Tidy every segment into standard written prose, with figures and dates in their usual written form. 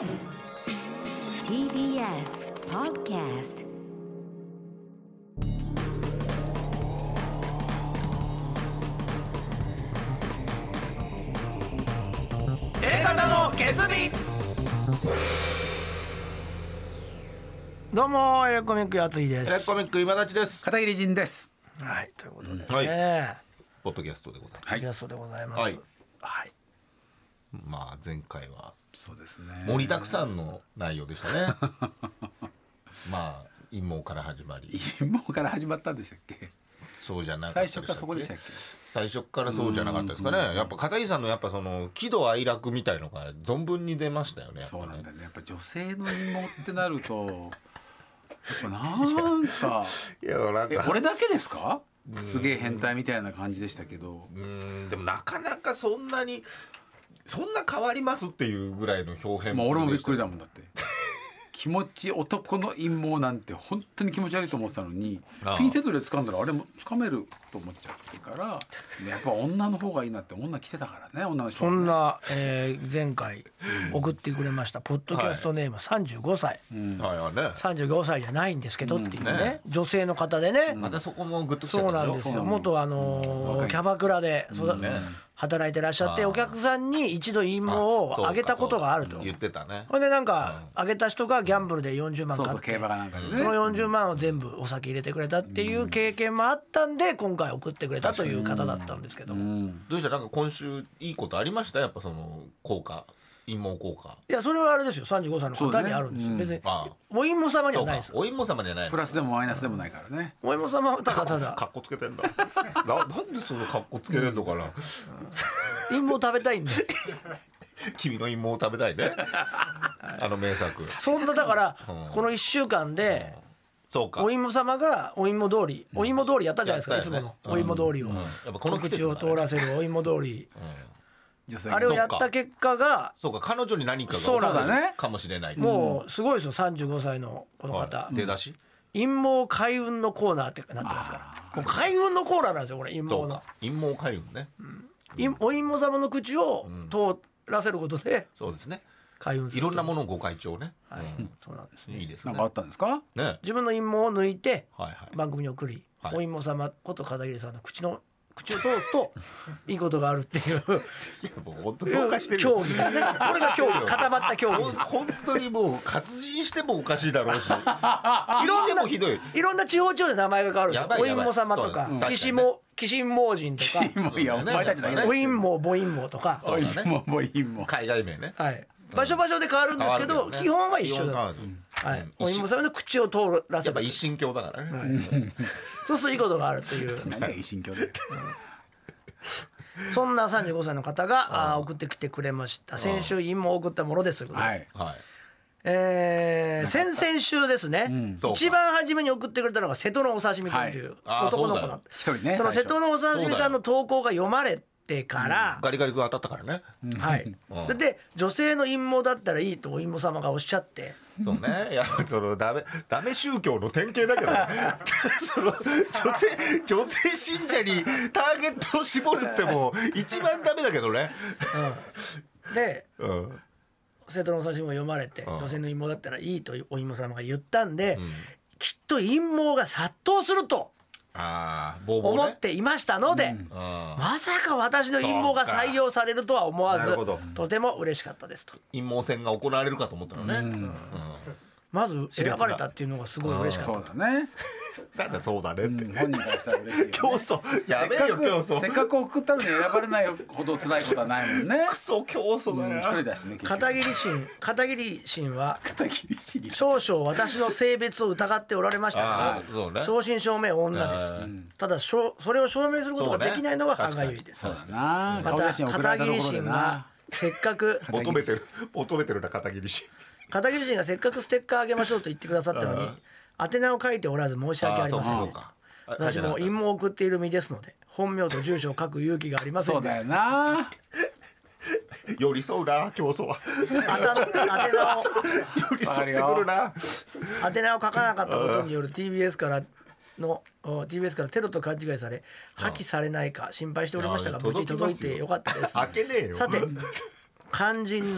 TBS Podcast。 A型の決意。 どうもエレコミックやついです。 エレコミック今立ちです。 片桐仁です。 はいということでね、 ポッドキャストでございます。 はい、そうでございます。 ははいい、 まあ前回はそうですね。 盛りだくさんの内容でしたね。まあ陰謀から始まり、 陰謀から始まったんでしたっけ。 そうじゃなかったでしたっけ。 最初からそこでしたっけ。 最初からそうじゃなかったですかね。やっぱ片桐さんのやっぱその喜怒哀楽みたいのが存分に出ましたよね。 そうなんだよね。やっぱ女性の陰謀ってなるとやっぱなんかいやなんか俺だけですか。すげえ変態みたいな感じでしたけど、 でもなかなかそんな変わりますっていうぐらいの表現。 まあ俺もびっくりだもんだって。気持ち男の陰謀なんて本当に気持ち悪いと思ってたのに、ピンセットで掴んだらあれも掴めると思っちゃってから、やっぱ女の方がいいなって女来てたからね。女の人そんな、前回送ってくれましたポッドキャストネーム35歳、 はいはいね。 35歳じゃないんですけどっていうね、女性の方でね、 またそこもグッときちゃったそうなんですよ。元キャバクラで働いてらっしゃって、お客さんに一度陰謀をあげたことがあると。 言ってたね。 ほんでなんかあげた人がギャンブルで40万買って競馬かなんかでね。 その40万を全部お酒入れてくれたっていう経験もあったんで今回送ってくれたという方だったんですけども、 どうしたなんか今週いいことありました。やっぱその効果、陰謀効果。 いやそれはあれですよ、35歳の方にあるんですよ、別にお陰謀様にはないですよ。 お陰謀様にはない。 プラスでもマイナスでもないからね。 お陰謀様はただただカッコつけてんだ。なんでそのカッコつけてんのかな。 陰謀食べたいんで君の陰謀を食べたいね。あの名作。 そんなだからこの1週間でそうか。 お陰謀様がお陰謀通りお陰謀通りやったじゃないですか、いつものお陰謀通りをやっぱこの季節口を通らせるお陰謀通り、 女性あれをやった結果がそうか、彼女に何かがそうなんだねかもしれない。 もうすごいですよ。35歳のこの方、 出だし陰謀開運のコーナーってなってますから、もう開運のコーナーなんですよこれ。陰謀のそうか、陰謀開運ね。 お陰謀様の口を通らせることでそうですね。 開運するといろんなものをご開帳ね。 そうなんですね。 いいですね。 なんかあったんですか。 ね。 自分の陰謀を抜いてはいはい。 番組に送り、 はいお陰謀様こと片桐さんの口を通すといいことがあるっていういやもう本当同化してるよ。 競技ですね。これが競技、固まった競技です。 本当にもう活人してもおかしいだろうし。 いろんなでもひどい。 いろんな地方で名前が変わるんですよ。お陰謀様とか鬼神盲人とかいやお前たちだけだお陰謀母陰謀とか、 そうだね。 もういいもん。 海外名ね。 はい場所場所で変わるんですけど、基本は一緒です。はい、お陰謀様の口を通らせる。 やっぱ一神教だからね。 そうするといいことがあるっていう。 何が一神教で。 そんな35歳の方が送ってきてくれました。先週陰謀を送ったものです。 はいはい。 先々週ですね、一番初めに送ってくれたのが瀬戸のお刺身君という男の子だった。 一人ね。 その瀬戸のお刺身さんの投稿が読まれてからガリガリ君当たったからね。 はいで女性の陰謀だったらいいとお陰謀様がおっしゃって、 そうね。いやそのダメ宗教の典型だけどね。その女性信者にターゲットを絞るってもう一番ダメだけどね。 でうん瀬戸のお刺身を読まれて、女性の陰謀だったらいいとお陰謀様が言ったんで、きっと陰謀が殺到するとボーボーね思っていましたので、まさか私の陰謀が採用されるとは思わずとても嬉しかったですと。 陰謀戦が行われるかと思ったのね。 まず選ばれたっていうのがすごい嬉しかった。 そうだね。 なんだそうだねって。 本人からしたら嬉しいよね。 競争やめえよ競争。 せっかく送ったのに選ばれないほど辛いことはないもんね。 クソ競争だな。 一人だしね。 片桐神は片桐神少々私の性別を疑っておられましたが、 そうね。 正真正銘女です。ただそれを証明することができないのが歯がゆいです。 そうだな。 また片桐神がせっかく求めてるな片桐氏。 片桐神がせっかくステッカーあげましょうと言ってくださったのに宛名を書いておらず申し訳ありませんでした。私も陰謀を送っている身ですので本名と住所を書く勇気がありませんでした。 そうだよな。 寄り添うな競争は。 宛名を寄り添ってくるな。 宛名を書かなかったことによる TBS からテロと勘違いされ破棄されないか心配しておりましたが無事届いてよかったです。 開けねえよ。 さて肝心の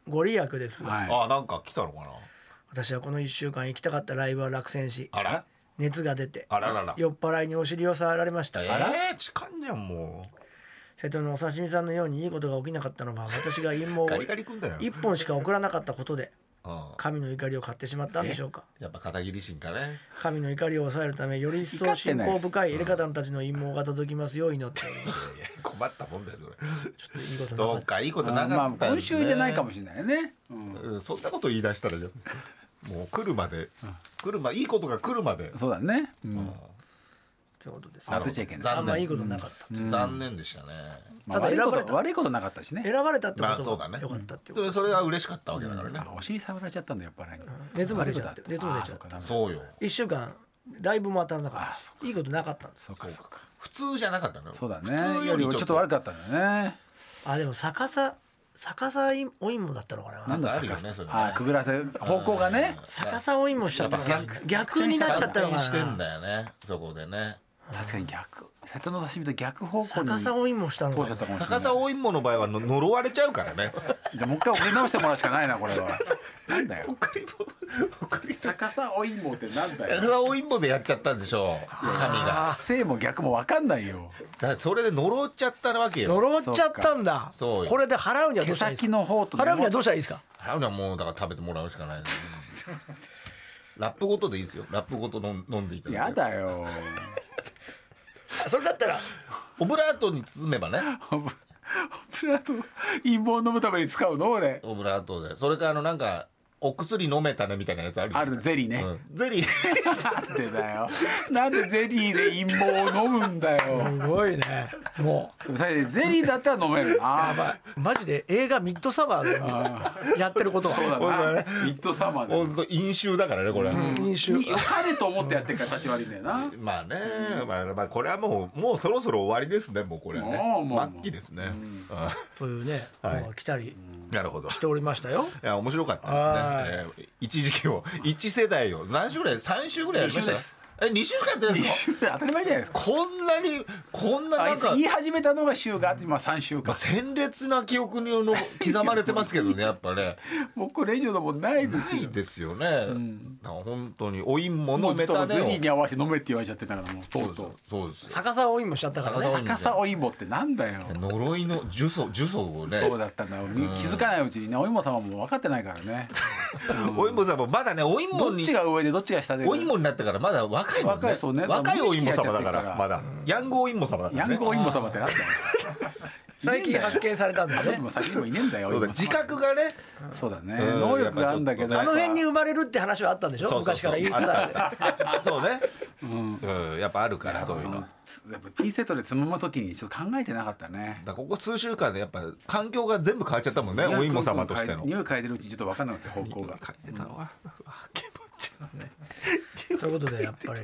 ご利益ですが、 はいあなんか来たのかな。 私はこの1週間行きたかったライブは落選し、 あら熱が出てあららら。 酔っ払いにお尻を触られました。 痴漢じゃんも瀬戸のお刺身さんのようにいいことが起きなかったのは私が陰謀をう。ガリガリ君だよ。 1本しか送らなかったことでうん神の怒りを買ってしまったんでしょうか。 やっぱ片桐心かね。 神の怒りを抑えるためより一層信仰深いエレカタンたちの陰謀が届きますよう祈っております。 いや困ったもんだよそれ。 ちょっといいことなそうかった。 かいいことなかったんまあですね。 今週じゃないかもしれないね、 そんなこと言い出したらじゃもう来るまでいいことが来るまで。 そうだね、 ということです。 当てちゃいけない。 あんまいいことなかった。 残念でしたね。 まあただ選ばれた悪いことなかったしね。 選ばれたってことまあそうだねが良かったっていうこと。 それが嬉しかったわけだからね。 お尻触られちゃったんだよやっぱり。 熱も出ちゃって悪いことだ熱も出ちゃってあーそうよ。 1週間ライブも当たらなかった。いいことなかったんです。 そうかそうか。 普通じゃなかったのよ。 そうだ普通ね。よりちょっと悪かったんだよね。 あでも逆さお芋だったのかな。 なんかあるよねそれね。 あくぐらせ方向がね。 逆さお芋しちゃったのかな。逆になっちゃったのかな。 反転してんだよねそこでね。 確かに逆。瀬戸の刺身と逆方向に逆さお芋したの通っちゃかな。 ったかもしれない。 逆さお芋の場合は呪われちゃうからね。 じゃあもう一回送り直してもらうしかないなこれは。なんだよ。 送り逆さお芋ってなんだ逆。さお芋でやっちゃったんでしょ神が。 正も逆も分かんないよ。 だからそれで呪っちゃったわけよ。 呪っちゃったんだ。 そうよこれで払うにはど毛うしたらいいです先の方とか。払うにはどうしたらいいですか。 あるのはもうだから食べてもらうしかないですね。ラップごとでいいですよ。ラップごと飲んでいただいて。 やだよ。 それだったらオブラートに包めばね。 オブラート陰謀を飲むために使うの俺。 オブラートで。それからなんかお薬飲めたねみたいなやつあるじゃあん。 るゼリーね。 ゼリー。 なんでだよ。なんでゼリーで陰謀を飲むんだよ。 すごいね。もでもゼリーだったら飲めるな。 うマジで映画ミッドサマーでやってることはそうだそうだなね。 ミッドサマーで。 本当飲酒だからねこれ。 飲酒良かれと思ってやってるから立ち悪いんだよな。 まあね、まあこれはもうそろそろ終わりですね。もうこれはもうね。末期ですね。 というねはいのが来たりなるほど。 しておりましたよ。 いや面白かったですね。一時期を一世代を何週ぐらい3週ぐらいやりました。 2週です。 2週間やってるんですか。 当たり前じゃないですか。 こんなあないんかつ言い始めたのが週があって今3週間。 鮮烈な記憶に刻まれてますけどねやっぱね。 もうこれ以上のもんないですよない。ですよね。だから本当にお芋もうずっとのメタネを。 ゼリーに合わせて飲めって言われちゃってたからもうとうとう。 そうですよ。 逆さお芋しちゃったからね。 逆さお芋ってなんだよ。 呪いの呪詛をね。 そうだったんだ。気づかないうちにねお芋様も分かってないからね。 お芋さんもまだねお芋にどっちが上でどっちが下で。 お芋になってからまだ若いもんね。 若いそうね若いお芋様だか無意識にやっちゃってるかららまだヤングお芋様だからね。 ヤングお芋様ってなんだよ。 最近発見されたんだね。 もう先にもいねえんだよ。 そうだお芋様自覚がね。 そうだね。 うん能力があるんだけど。 あの辺に生まれるって話はあったんでしょ。 そうそうそう昔から言い伝えて。 そうね。うんやっぱあるからそういうの。 やっぱピンセットでつまむときにちょっと考えてなかったね。 だからここ数週間でやっぱ環境が全部変わっちゃったもんねお芋様としての。 匂い嗅いでるうちにちょっと分かんなくて方向が。 変えてたわ。気持ち悪い。 ということでやっぱり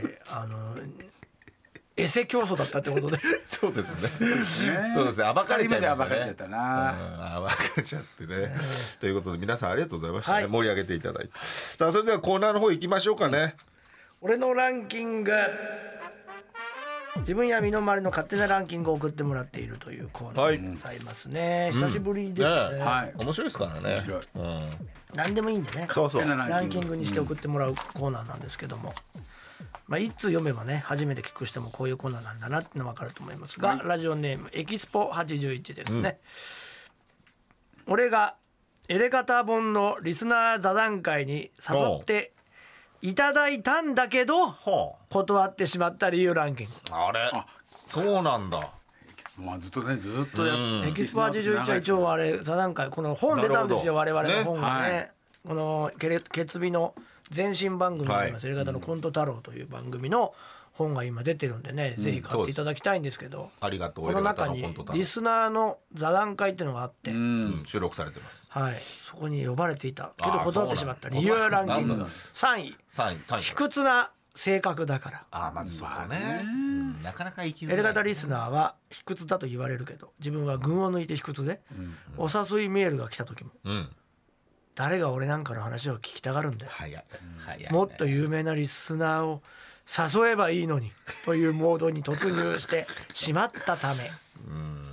エセ競争だったってことで。 そうですね。そうですね。暴かれちゃいましたね。 二人目で暴かれちゃったな暴かれちゃってね。ということで皆さんありがとうございましたね。 はい盛り上げていただいて。さあそれではコーナーの方行きましょうかね。 俺のランキング。自分や身の回りの勝手なランキングを送ってもらっているというコーナーでございますね。久しぶりですね。 はい。 面白いですからね。 面白い。 何でもいいんでね。 そうそう。 ランキングにして送ってもらうコーナーなんですけども、一通読めばね初めて聞く人もこういうコーナーなんだなっての分かると思いますが、ラジオネームエキスポ81ですね、俺がエレガタ本のリスナー座談会に誘っていただいたんだけどは断ってしまった理由ランキング。 あ。あれ。そうなんだ。 まあずっとやエキスポ81は一応あれ座談会この本出たんですよ。我々の本がね、この決日の前身番組になりますエレガタのコント太郎という番組の本が今出てるんでね、ぜひ買っていただきたいんですけど、 ありがとう。 この中にリスナーの座談会っていうのがあって、 収録されてます。 はい、そこに呼ばれていたけど断ってしまった理由ランキング3位、卑屈な性格だから。 ああまずそこね。なかなか行きづらい。 エレガタリスナーは卑屈だと言われるけど自分は群を抜いて卑屈で、お誘いメールが来た時も、誰が俺なんかの話を聞きたがるんだよ、 早い。 もっと有名なリスナーを誘えばいいのにというモードに突入してしまったため、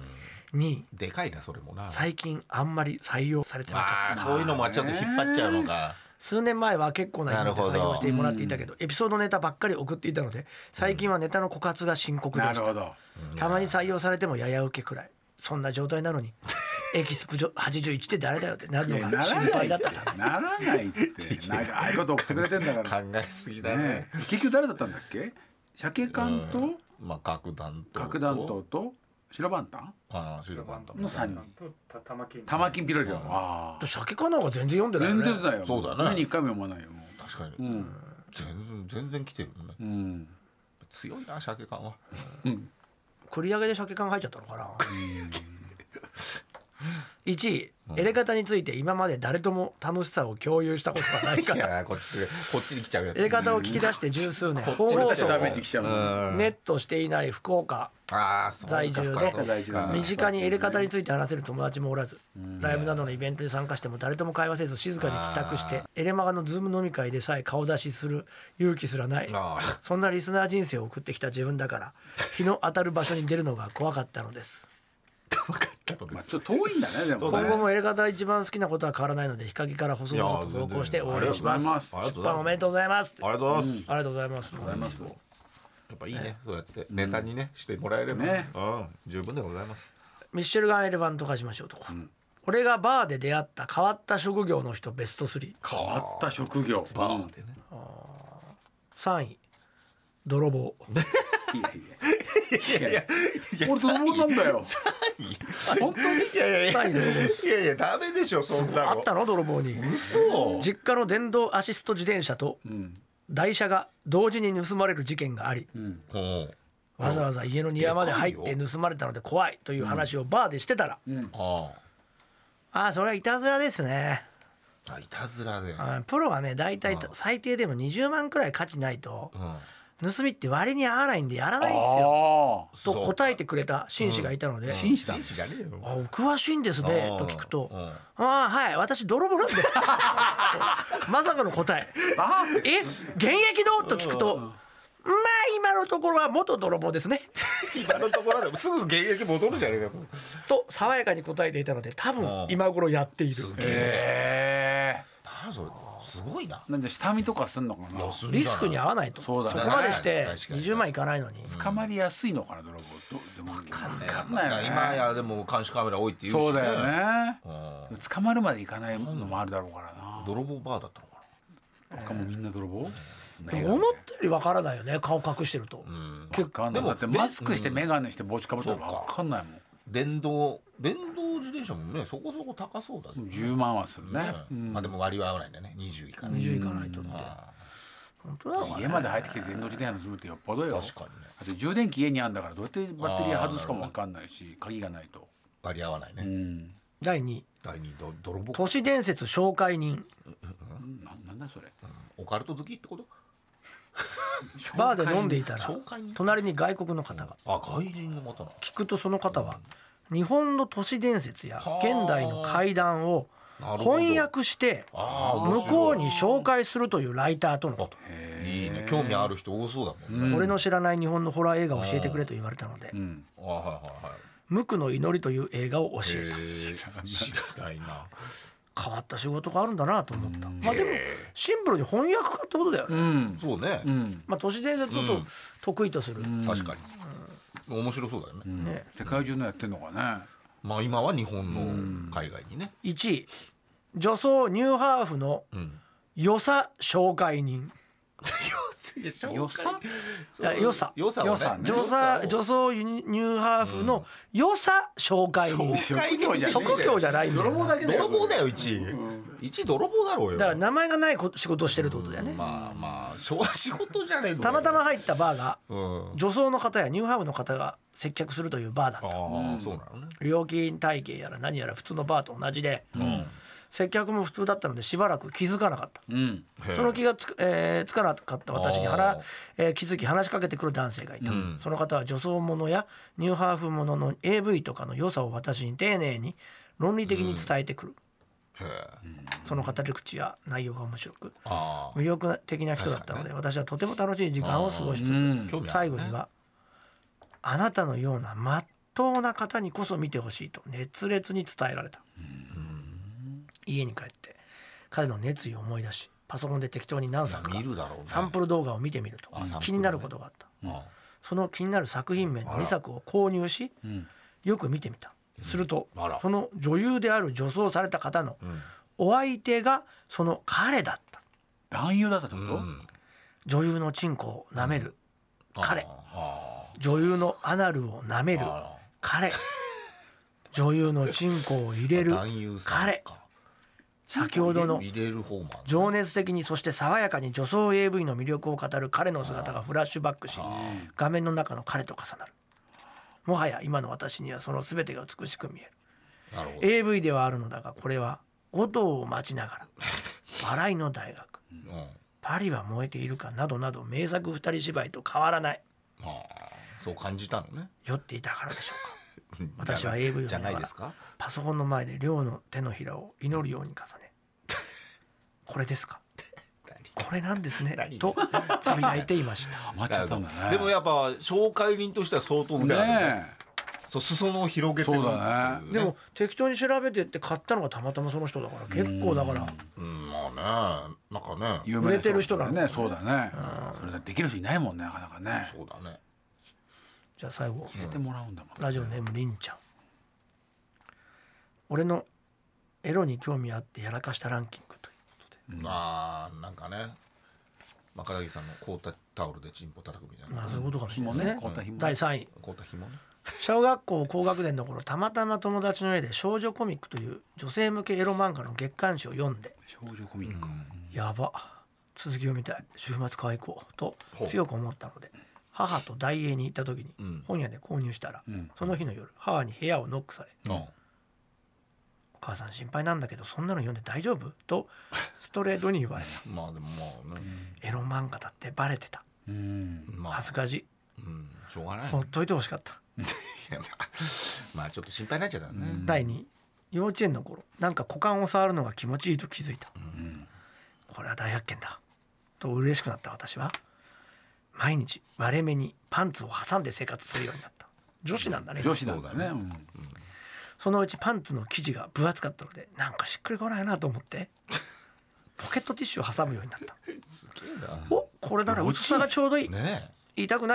2 でかいなそれもな。 最近あんまり採用されてなかった。 そういうのもちょっと引っ張っちゃうのか。 数年前は結構な頻度で採用してもらっていたけど、 なるエピソードネタばっかり送っていたので最近はネタの枯渇が深刻でした。 なるほど。 たまに採用されてもやや受けくらい。そんな状態なのにエキスポ81って誰だよってなるのが心配だったため。 ならないってなんかああいうこと送ってくれてんだから考えすぎだね。 ね。結局誰だったんだっけ？鮭缶とまあ核弾頭。 核弾頭と白バンタンシルバーとの3人。 と玉金玉金ピロリロン。ああ。 鮭かなんか全然読んでないよね。 全然だよ。 そうだね年に1回も読まないよ。もう確かに、 うん全然来てるもんね。 うん。 強いな鮭感は。 繰り上げで鮭缶入っちゃったのかな。1位エレ方について今まで誰とも楽しさを共有したことがないかいらやこっちに来ちゃうやつ。 エレ方を聞き出して十数年本こっちに放送来ちゃうダメージきちゃうもん。 ネットしていない福岡そうか在住でそうか在住だね身近にエレ方について話せる友達もおらずライブなどのイベントに参加しても誰とも会話せず静かに帰宅してエレマガのズーム飲み会でさえ顔出しする勇気すらない。そんなリスナー人生を送ってきた自分だから日の当たる場所に出るのが怖かったのです。 まあちょっと遠いんだねでもね。 今後もエレ方一番好きなことは変わらないので日陰から細々と投稿して応援します。 ありが出版おめでとうございます。 ありがとうございます。 ありがとうございます。 やっぱいいね、そうやってネタにねしてもらえればね十分でございます。 ミッシェルガン・エレファント化しましょうとか、俺がバーで出会った変わった職業の人ベスト3。 変わった職業。 バーでね。 3位泥棒。 いやいや俺泥棒なんだよ。本当に。 いやいやい 3位泥棒です。 やダメでしょそんなの。 あったの泥棒に。 嘘。 実家の電動アシスト自転車と台車が同時に盗まれる事件があり、わざわざ家の庭まで入って盗まれたので怖いという話をバーでしてたら、それはいたずらですね。 いたずらで。 プロはね大体最低でも20万くらい価値ないと盗みって割に合わないんでやらないんですよと答えてくれた紳士がいたので、 紳士だ。 紳士じゃねえよ。 お詳しいんですねと聞くと、はい私泥棒なんでまさかの答え。現役のと聞くと、まあ今のところは元泥棒ですね今のところでもすぐ現役戻るじゃねえかと爽やかに答えていたので多分今頃やっている。 それすごいな。 なんで下見とかすんのかな。 リスクに合わないと。 そうだねそこまでして確かに 20万いかないのに。 捕まりやすいのかな泥棒。でも分かんないよね。 今やでも監視カメラ多いって言うしね。 そうだよね。捕まるまでいかないのもあるだろうからな。 泥棒バーだったのか他もみんな泥棒。 でも思ったよりわからないよね顔隠してると。 結構だってマスクして眼鏡して帽子かぶったら分かんないもん。 電動自転車もねそこそこ高そうだね。 10万はするね。 まあでも割は合わないんだね。20いかない。 20いかないとって。本当だろうね。 家まで入ってきて電動自転車盗むってよっぽどよ。 確かにね。 あと充電器家にあるんだからどうやってバッテリー外すかも分かんないし鍵がないと。 割り合わないね。 第2位第2泥棒。 都市伝説紹介人。 なんだそれ。 オカルト好きってこと？ バーで飲んでいたら隣に外国の方が。 外人の方な。 聞くとその方は日本の都市伝説や現代の怪談を翻訳して向こうに紹介するというライターとのこと。 いいね。興味ある人多そうだもんね。 俺の知らない日本のホラー映画を教えてくれと言われたので無垢の祈りという映画を教えた。 知らないな。 変わった仕事があるんだなと思った。まあでもシンプルに翻訳家ってことだよね。 そうね。 まあ都市伝説を得意とする。 確かに。面白そうだよね。 世界中のやってんのかね。 まあ今は日本の海外にね。 1位女装ニューハーフの良さ紹介人。 良さ良さ良さね。 女装ニューハーフの良さ紹介人。職業じゃないんだよ。 泥棒だよ一泥棒だろうよ。 だから名前がない仕事をしてるってことだよね。 まあ仕事じゃねえ。 たまたま入ったバーが女装の方やニューハーフの方が接客するというバーだった。 そうなのね。 料金体系やら何やら普通のバーと同じで、接客も普通だったのでしばらく気づかなかった。その気がつかなかった私に気づき話しかけてくる男性がいた。その方は女装ものやニューハーフものの AV とかの良さを私に丁寧に論理的に伝えてくる。その語り口や内容が面白く魅力的な人だったので私はとても楽しい時間を過ごしつつ最後にはあなたのような当な方にこそ見てほしいと熱烈に伝えられた。家に帰って彼の熱意を思い出しパソコンで適当に何作か見るだろうね。 サンプル動画を見てみるとあサンプルね気になることがあった。 あその気になる作品名の2作を購入しよく見てみた。するとあらその女優である女装された方のお相手がその彼だった。 男優だったってこと、 女優のチンコを舐める彼、 あ女優のアナルを舐めるあ彼、女優のチンコを入れる男優さん彼、 か先ほどの入れる方もある情熱的にそして爽やかに女装 AV の魅力を語る彼の姿がフラッシュバックし画面の中の彼と重なる。もはや今の私にはその全てが美しく見える。 なるほど、 AV ではあるのだがこれは5頭を待ちながら笑いの大学パリは燃えているかなどなど名作二人芝居と変わらない。 ああそう感じたのね。 酔っていたからでしょうか。私は AV を見じゃながらないですか。 パソコンの前で両の手のひらを祈るように重ねこれですかこれなんですね何とつぶやいていました。 ハマっちゃったんだね。 でもやっぱ紹介人としては相当腕あるね。 ねそう裾野を広げてるそうだねでも適当に調べてって買ったのがたまたまその人だから結構だからまあねなんかね有名な売れてる人なのね。そうだね。それだできる人いないもんねなかなかね。 そうだね。 じゃあ最後入れてもらうんだもん。 ラジオネームりんちゃん。俺のエロに興味あってやらかしたランキングということで、 まあなんかね片桐さんの凍ったタオルでチンポ叩くみたいな、 まあそういうことかもしれないですね。 凍った紐ね第3位凍った紐ね。 小学校高学年の頃たまたま友達の家で少女コミックという女性向けエロ漫画の月刊誌を読んで少女コミック。 やば続きを見たい週末買い行こうとほう強く思ったので母と大英に行った時にん本屋で購入したら、 んその日の夜母に部屋をノックされうんお母さん心配なんだけどそんなの読んで大丈夫とストレートに言われた。 まあでもまあね、 エロ漫画だってバレてた。 まあ恥ずかしい。 しょうがない。 ほっといてほしかった。 いやまあちょっと心配になっちゃったね。 第2幼稚園の頃なんか股間を触るのが気持ちいいと気づいた、これは大発見だと嬉しくなった私は毎日割れ目にパンツを挟んで生活するようになった。女子なんだね。 女子なんだね。 そのうちパンツの生地が分厚かったのでなんかしっくりこないなと思ってポケットティッシュを挟むようになった。 すげえな。 おこれなら薄さがちょうどいい、 ね痛くない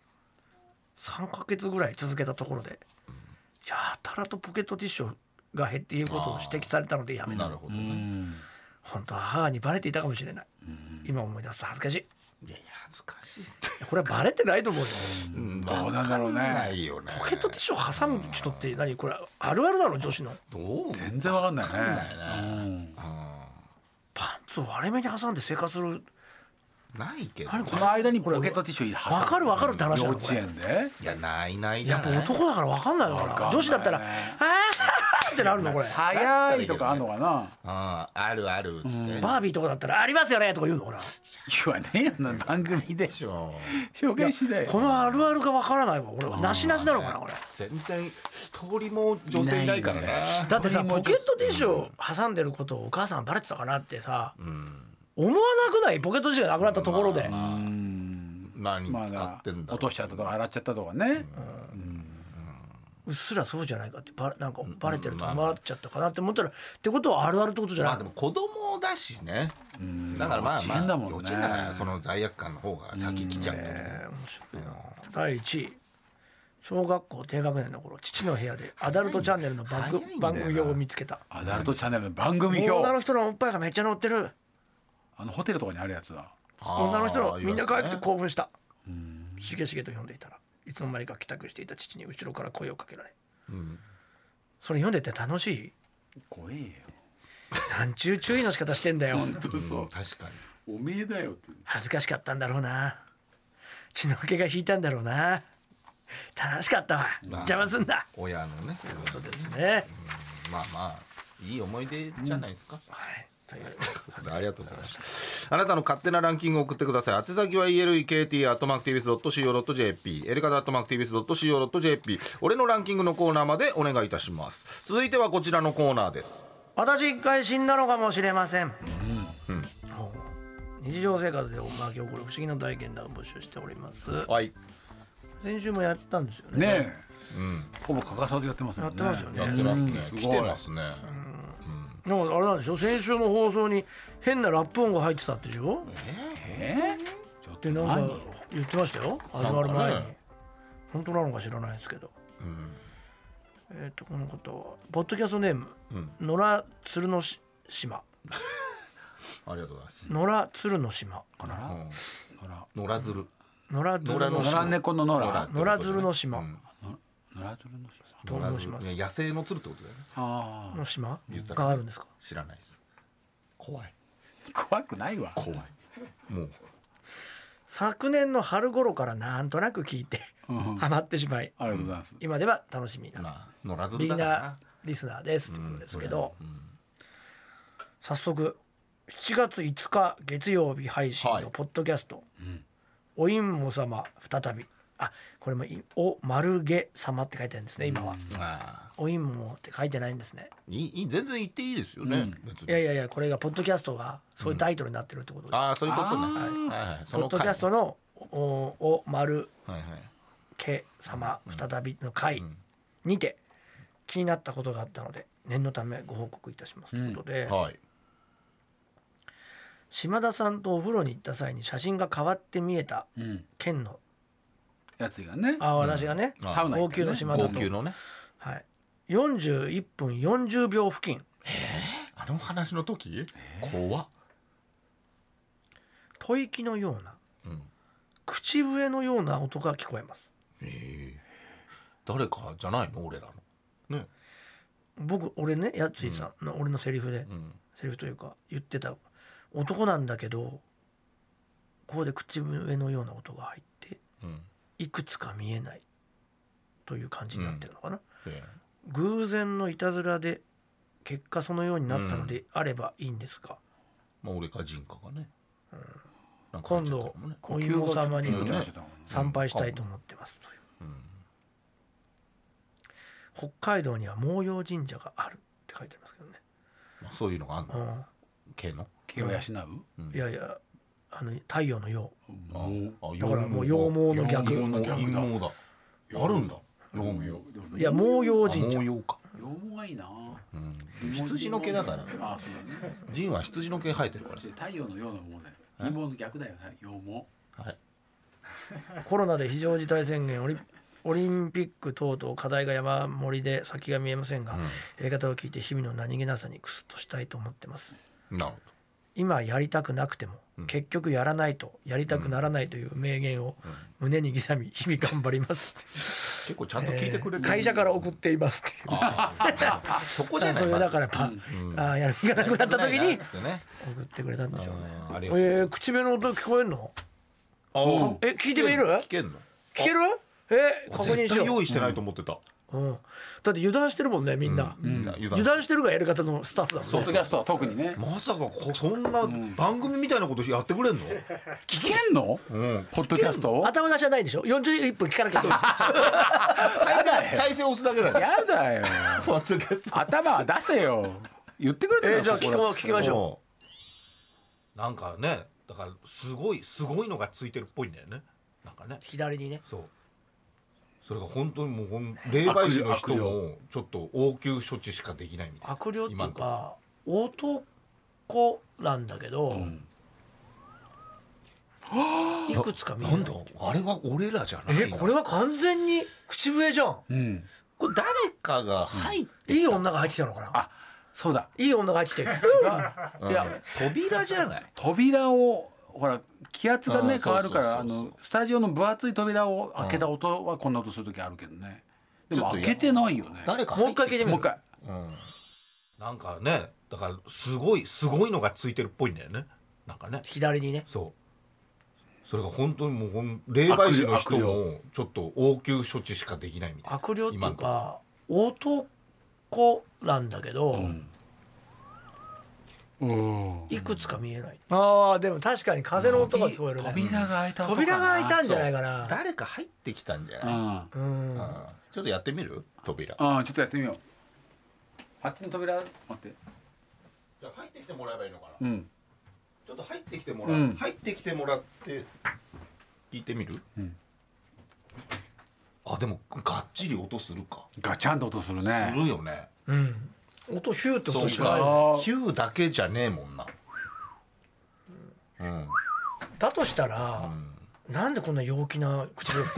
。3ヶ月ぐらい続けたところでやたらとポケットティッシュが減っていることを指摘されたのでやえ。 めた。 なるほどね。 本当は母にバレていたかもしれない。今思い出すと恥ずかしい。 いやいや恥ずかしいって。 これはバレてないと思うよ。 どうなんだろうね。 ないよね。 ポケットティッシュを挟む人って何これあるあるなの女子の。 どう全然わかんないね。 わかんないね。 パンツを割れ目に挟んで生活する。 ないけど。 何こその間にポケットティッシュ入れ挟む。 わかるわかるって話な幼のこれ。 稚園で。 いやないじやっぱゃない。 男だからわかんないのかな。女子だったらあーってなるのこれ。 早いとかあんのかな。 あるあるっつって。 バービーとかだったらありますよねとか言うのかな。 言わねえよな番組でしょ紹介しないよ。 このあるあるがわからないわ俺は。なしなしなのかなこれ。 全然一人も女性いないからね。 だってさポケットティッシュを挟んでることをお母さんバレてたかなってさ、思わなくない？ポケットティッシュがなくなったところで、 何ま使ってんだろう。 落としちゃったとか洗っちゃったとかね。 うっすらそうじゃないかってなんかバレてると思わっちゃったかなって思ったら、ってことはあるあるってことじゃないの？ まあでも子供だしね。だからまあ幼稚園だもんね幼稚園だからその罪悪感の方が先来ちゃうと思う。 面白いな。第1位小学校低学年の頃父の部屋でアダルトチャンネルの早いんだよな番組表を見つけた。 アダルトチャンネルの番組女表。 の人のおっぱいがめっちゃ載ってる。 ホテルとかにあるやつだ。 女の人のみんな帰ってこ興奮した。しげしげと読んでいたらいつの間にか帰宅していた父に後ろから声をかけられ、それ読んでて楽しい？ 怖えよ。 なんちゅう注意の仕方してんだよ。 確かに。 おめえだよって。 恥ずかしかったんだろうな。血の気が引いたんだろうな。楽しかったわ。邪魔すんな。 親のね。 ということですね。 まあまあいい思い出じゃないですか。 はい。というありがとうございました。あなたの勝手なランキングを送ってください。宛先は elekt@tbs.co.jp、エレカタ@tbs.co.jp、俺のランキングのコーナーまでお願いいたします。続いてはこちらのコーナーです。 私一回死んだのかもしれません。日常生活で巻き起こる不思議な体験談を募集しております。 はい。 先週もやったんですよね。 ねえ、 うんほぼ欠かさずやってますよね。 やってますよねやってますねすごい来てますねなんかあれなんでしょ、先週の放送に変なラップ音が入ってたってでしょちょっとでなん何か言ってましたよ、始まる前に、 なんかね本当なのか知らないですけど、 うんこの方はポッドキャストネーム、 うん野良鶴の島、 ありがとうございます野良鶴の島かな、 うん野良野良鶴野良鶴の野良島、 猫の野良野良鶴の島、 うん野良鶴の島と申します野良鶴野生の鶴ってことだよねあの島言ったらがあるんですか。 知らないです怖いあ怖くないわ。 怖いもう昨年の春頃からなんとなく聞いてうんハマってしまい、 ありがとうございます。 今では楽しみなまあ野良ビ鶴ギナーだからなリスナーですということですけど、 うん早速7月5日月曜日配信はいのポッドキャスト、 んおいんも様再び、あ、これもお丸毛様って書いてあるんですね今は、 あおいんもって書いてないんですね。 いい全然言っていいですよね、 うん別にいやいやいや、これがポッドキャストがそういうタイトルになってるってことです、 ああそういうことねあーはいはいポッドキャストのお丸はいはい毛様再びの回んにて気になったことがあったので念のためご報告いたしますということで、 はい島田さんとお風呂に行った際に写真が変わって見えたうん。 件の、 やつがね。 私がね、 あサウナ行号ってね泣の島田と、 号泣のねはい、41分40秒付近あの話の時怖っ吐息のようなうん口笛のような音が聞こえます。 誰かじゃないの俺らのね俺ね、やついさんの、俺のセリフで、 うんセリフというか言ってた男なんだけど、ここで口笛のような音が入ってうんいくつか見えないという感じになってるのかな、 え偶然のいたずらで結果そのようになったのであればいいんですが、 まあ俺か仁かがねなんか今度入っちゃったかもねお芋様に呼吸がちょっと参拝したいと思ってますという、北海道には毛陽神社があるって書いてありますけどね、 まあそういうのがあんのう系の毛を養う。 ん、いやいや太陽の陽あだからもう羊毛の逆羊毛の陰毛だあるんだ羊毛いや毛陽神社毛用か羊毛がいいな。 羊の毛だからあ、そうだね。 仁は羊の毛生えてるからさ太陽のようなものだよ。陰謀の逆だよね。羊毛。 はいコロナで非常事態宣言オリンピック等々課題が山盛りで先が見えませんが、やり方を聞いて日々の何気なさにクスッとしたいと思ってます。 なるほ今やりたくなくても、結局やらないとやりたくならないという名言を胸に刻み日々頑張りますって、 結構ちゃんと聞いてくれてる会社から送っていますっていうそこじゃないそういうだからやっぱ、やる気がなくなった時につってね送ってくれたんでしょうね。 ありがとう口笛の音聞こえるの？ 聞聞いてみる？ けんの聞ける？確認絶対しよう。 用意してないと思ってただって油断してるもんねみんな、油断してるがやり方のスタッフだもんね。 ポッドキャストは特にね。 まさかそんな番組みたいなことやってくれんの聞けんの？ポッドキャスト？ 頭出しはないでしょ。41分聞かなきゃいけない再生押すだけだよやだよ。 ポッドキャスト頭は出せよ。言ってくれてるじゃあ聞きましょなんかねだからすごいのがついてるっぽいんだよねなんかねう。左にね。 そうそれが本当にもう霊媒師の人もちょっと応急処置しかできないみたいな悪霊っていうか男なんだけど、いくつか見えない。 なんだあれは俺らじゃないなこれは完全に口笛じゃん。 うん。 これ誰かが入っていい女が入ってきたのかな。 あ、そうだ。 いい女が入ってきて。 いや、 扉じゃない扉をほら気圧がねうん変わるからそうそうそうそうスタジオの分厚い扉を開けた音はこんな音する時あるけどね。でもちょっと開けてないよね。 誰かもう一回聞いてみる。 もう一回。 なんかねだからすごいのがついてるっぽいんだよねなんかね左にね。 そうそれが本当にもう霊媒師の人もちょっと応急処置しかできないみたいな悪霊っていう今んとこか男なんだけど、いくつか見えない。でも確かに風の音が聞こえるね。 扉が開いた音かな。 扉が開いたんじゃないかな。 誰か入ってきたんじゃないうん。 ちょっとやってみる扉ちょっとやってみよう。あっちの扉待って。 じゃあ入ってきてもらえばいいのかなうん。 ちょっと入ってきてもうん入ってきてもらって聞いてみるあでもがっちり音するか。 ガチャンと音するね。 するよね。 音ヒューってそう音しない。 か。ヒューだけじゃねえもんな。 だとしたら、なんでこんな陽気な口で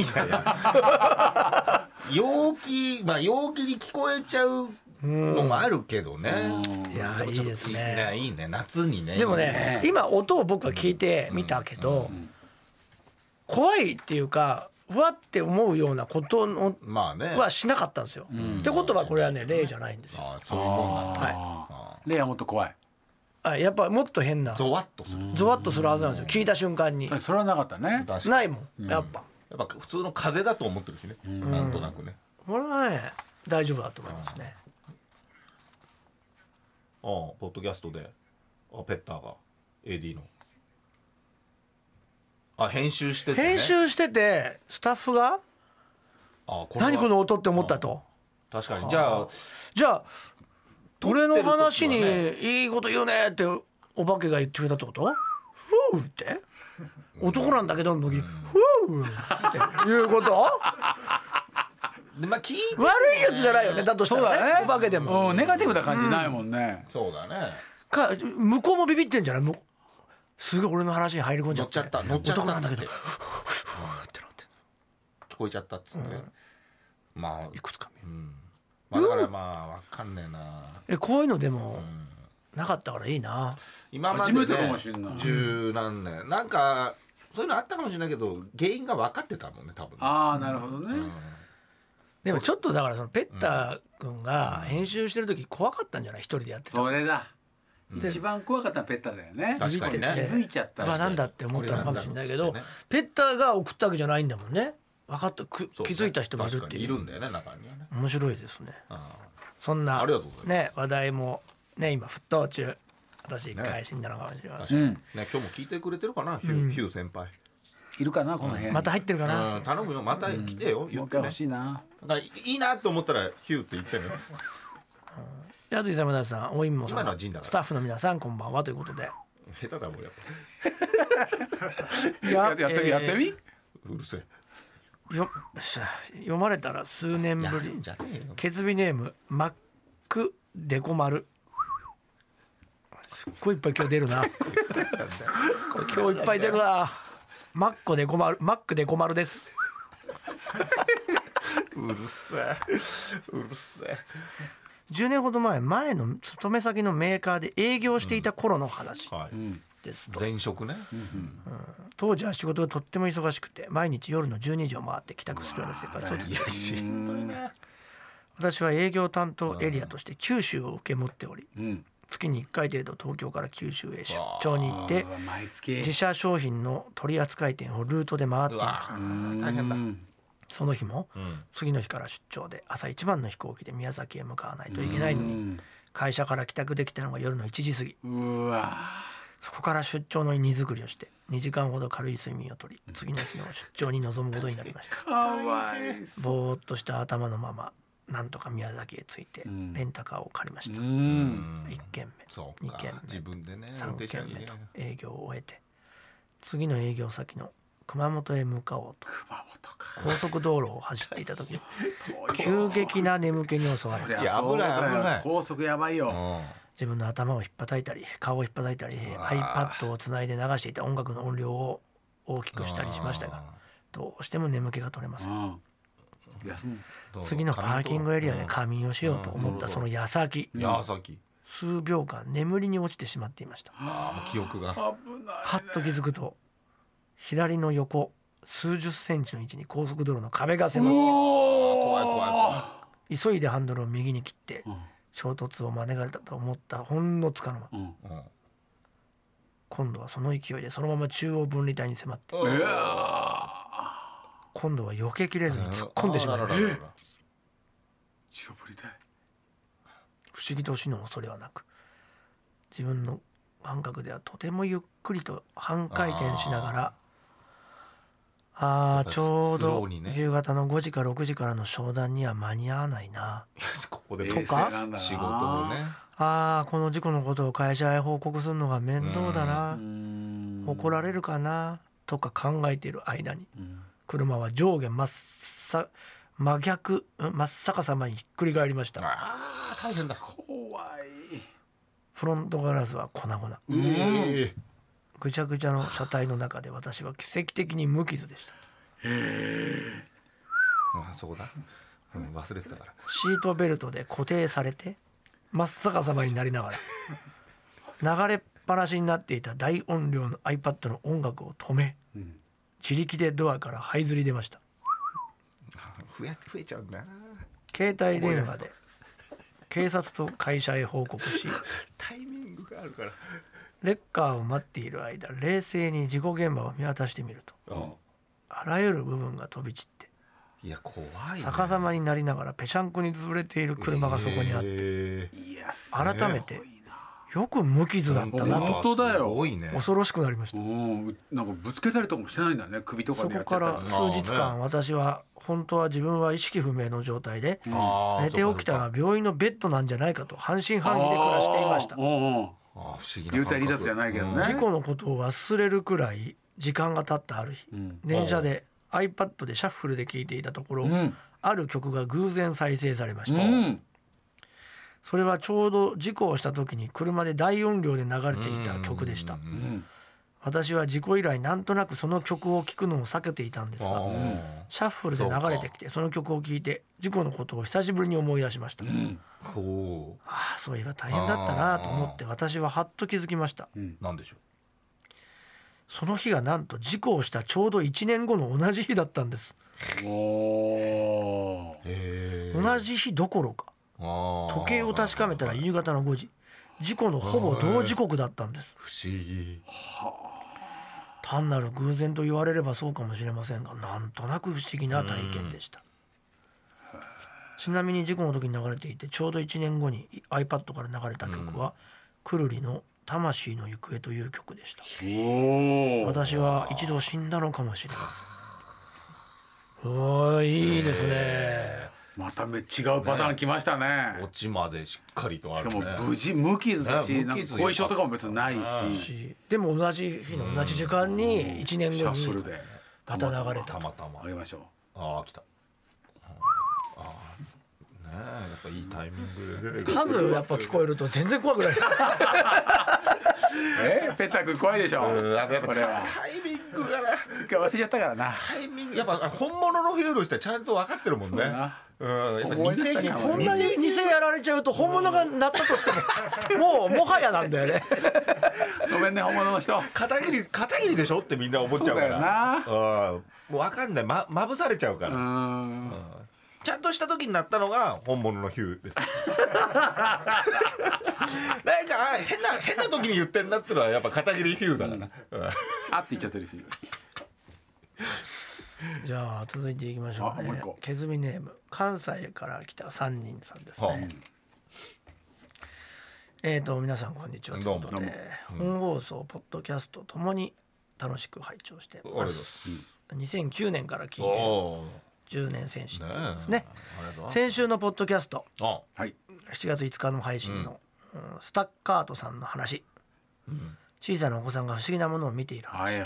陽気陽気に聞こえちゃうのもあるけどね。 いやいいですね。 いいね夏にね。 でもね、今音を僕は聞いてみたけど、怖いっていうかふわって思うようなことのまあね。 はしなかったんですよ。ってことはこれはね例じゃないんですよ。 あそういうもんなんだ。 はい。 レイはもっと怖い。 やっぱもっと変なゾワッとする。 ゾワッとするはずなんですよ。聞いた瞬間にそれはなかったね。 確かにないもんやっぱ。 やっぱ普通の風だと思ってるしね。なんとなくね。 これはね大丈夫だと思いますね。 ポッドキャストでペッターが AD の編集しててね。 編集しててスタッフが何この音って思ったと。 確かにじゃあ俺の話にいいこと言うねってお化けが言ってくれたってこと？ふうって男なんだけどの時ふうっていうこと？ で聞いて悪いやつじゃないよね。だとしたらねお化けでもネガティブな感じないもんね。 そうだね。 か向こうもビビってんじゃない？すごい俺の話に入り込んじゃって乗っちゃった男なんだけどって聞こえちゃったっつってまあいくつかまあだからまあわかんねえな。 こういうのでもなかったからいいな。 今までね初めてかもしれない。 十何年なんかそういうのあったかもしれないけど原因が分かってたもんね多分ね。 ああなるほどね。 でもちょっとだからそのペッター君が編集してる時怖かったんじゃない？一人でやってた。 それだ。一番怖かったのはペッターだよね。 確かにね。 気づいちゃった。 まあなんだって思ったのかもしれないけど、ペッターが送ったわけじゃないんだもんね。分かった気づいた人もいるっていう。 いるんだよね中にはね。 面白いですね。そんなね話題もね今沸騰中。私一回死んだのかもしれません。 ね今日も聞いてくれてるかなヒュー先輩。 いるかなこの辺。 また入ってるかな。 頼むよまた来てよ言ってね。 欲しいな。 いいなと思ったらヒューって言ってね。 やついさまださん、おいもさん、 今のは陣だからスタッフの皆さんこんばんはということで。 下手だもんやっややってみ。 ぱうるせえ。 読まれたら数年ぶり。 じゃねえよ。 ケツビネームマックデコ丸。すっごいいっぱい今日出るな。これ今日いっぱい出るな。マックデコ丸です。 うるせえうるせえ。 10年ほど前の勤め先のメーカーで営業していた頃の話ですと。 前職ね。 当時は仕事がとっても忙しくて毎日夜の12時を回って帰宅するような生活を続けています。私は営業担当エリアとして九州を受け持っており、月に1回程度東京から九州へ出張に行って自社商品の取扱店をルートで回っていました。 大変だ。 その日も次の日から出張で朝一番の飛行機で宮崎へ向かわないといけないのに会社から帰宅できたのが夜の1時過ぎ。 うわ。 そこから出張の荷造りをして2時間ほど軽い睡眠をとり次の日の出張に臨むことになりました。 かわいそう。 ぼーっとした頭のままなんとか宮崎へ着いてレンタカーを借りました。1軒目2軒目自分でね 3軒目と営業を終えて次の営業先の熊本へ向かおうと高速道路を走っていた時に急激な眠気に襲われ、 いや危ない高速やばいよ。 自分の頭をひっぱたいたり顔をひっぱたいたり iPad をつないで流していた音楽の音量を大きくしたりしましたがどうしても眠気が取れません。次のパーキングエリアで仮眠をしようと思ったその矢先数秒間眠りに落ちてしまっていました。 記憶がはっと気づくと左の横数十センチの位置に高速道路の壁が迫って、急いでハンドルを右に切って衝突を免れたと思ったほんのつかの間、今度はその勢いでそのまま中央分離帯に迫って、今度は避けきれずに突っ込んでしまいました。不思議と死の恐れはなく自分の感覚ではとてもゆっくりと半回転しながらちょうど夕方の5時か6時からの商談には間に合わないなここでとか仕事をねこの事故のことを会社へ報告するのが面倒だな怒られるかなとか考えている間に車は上下真逆真っ逆さまにひっくり返りました。 あー大変だ。 怖い。 フロントガラスは粉々、ぐちゃぐちゃの車体の中で私は奇跡的に無傷でした。 あそこだ、忘れてたから。 シートベルトで固定されて真っ逆さまになりながら流れっぱなしになっていた大音量の iPad の音楽を止め、自力でドアから這いずり出ました。 増えちゃうんだな。 携帯電話で警察と会社へ報告しタイミングがあるから。 レッカーを待っている間冷静に事故現場を見渡してみると、あらゆる部分が飛び散っていや怖い、ね、 逆さまになりながらぺしゃんこに潰れている車がそこにあって、改めてよく無傷だったな本と当だよ。 すごいね。 恐ろしくなりました。 なんかぶつけたりとかもしてないんだね。首とかそでやっちゃったこから数日間私は本当は自分は意識不明の状態で寝て起きたら病院のベッドなんじゃないかと半信半疑で暮らしていました。 不思議な幽体離脱じゃないけどね。 事故のことを忘れるくらい時間が経ったある日、電車で iPad でシャッフルで聴いていたところ、ある曲が偶然再生されました。それはちょうど事故をした時に車で大音量で流れていた曲でした。私は事故以来なんとなくその曲を聴くのを避けていたんですが、シャッフルで流れてきてその曲を聴いて事故のことを久しぶりに思い出しました。ああそういえば大変だったなと思って私ははっと気づきました。 なんでしょう。 その日がなんと事故をしたちょうど1年後の同じ日だったんです。同じ日どころか時計を確かめたら夕方の5時、事故のほぼ同時刻だったんです。 不思議。 単なる偶然と言われればそうかもしれませんが、なんとなく不思議な体験でした。ちなみに事故の時に流れていてちょうど1年後に iPad から流れた曲は、くるりの魂の行方という曲でした。私は一度死んだのかもしれません。おーいいですね。 また違うパターン来ましたね。 オチまでしっかりとあるね。 しかも無事無傷だし、なんか後遺症とかも別にないし、 でも同じ日の同じ時間に1年後にシャッフルでまた流れたたまたまあげましょう。 来た。やっぱいいタイミングで出てくる。 数やっぱ聞こえると全然怖くない。 ペッタ君怖いでしょ。 やっぱこれはタイミングがな。 一回忘れちゃったからな。 タイミングやっぱ本物のフィールしてちゃんと分かってるもんね。やっぱ思い出したかもこんなに偽やられちゃうと本物がなったとしてももはやなんだよね。 ごめんね本物の人。 片桐でしょってみんな思っちゃうから。 そうだよな。 もう分かんない。まぶされちゃうから。ちゃんとした時になったのが本物のヒューです。なんか変な時に言ってんだってのはやっぱ片桐ヒューだから。 あって言っちゃってるし。 じゃあ続いていきましょうね。けずみネーム関西から来た3人さんですね。皆さんこんにちはということで、本放送ポッドキャストともに楽しく拝聴しています。2009年から聞いて10年選手ですね。先週のポッドキャスト、7月5日の配信の、スタッカートさんの話、小さなお子さんが不思議なものを見ている話、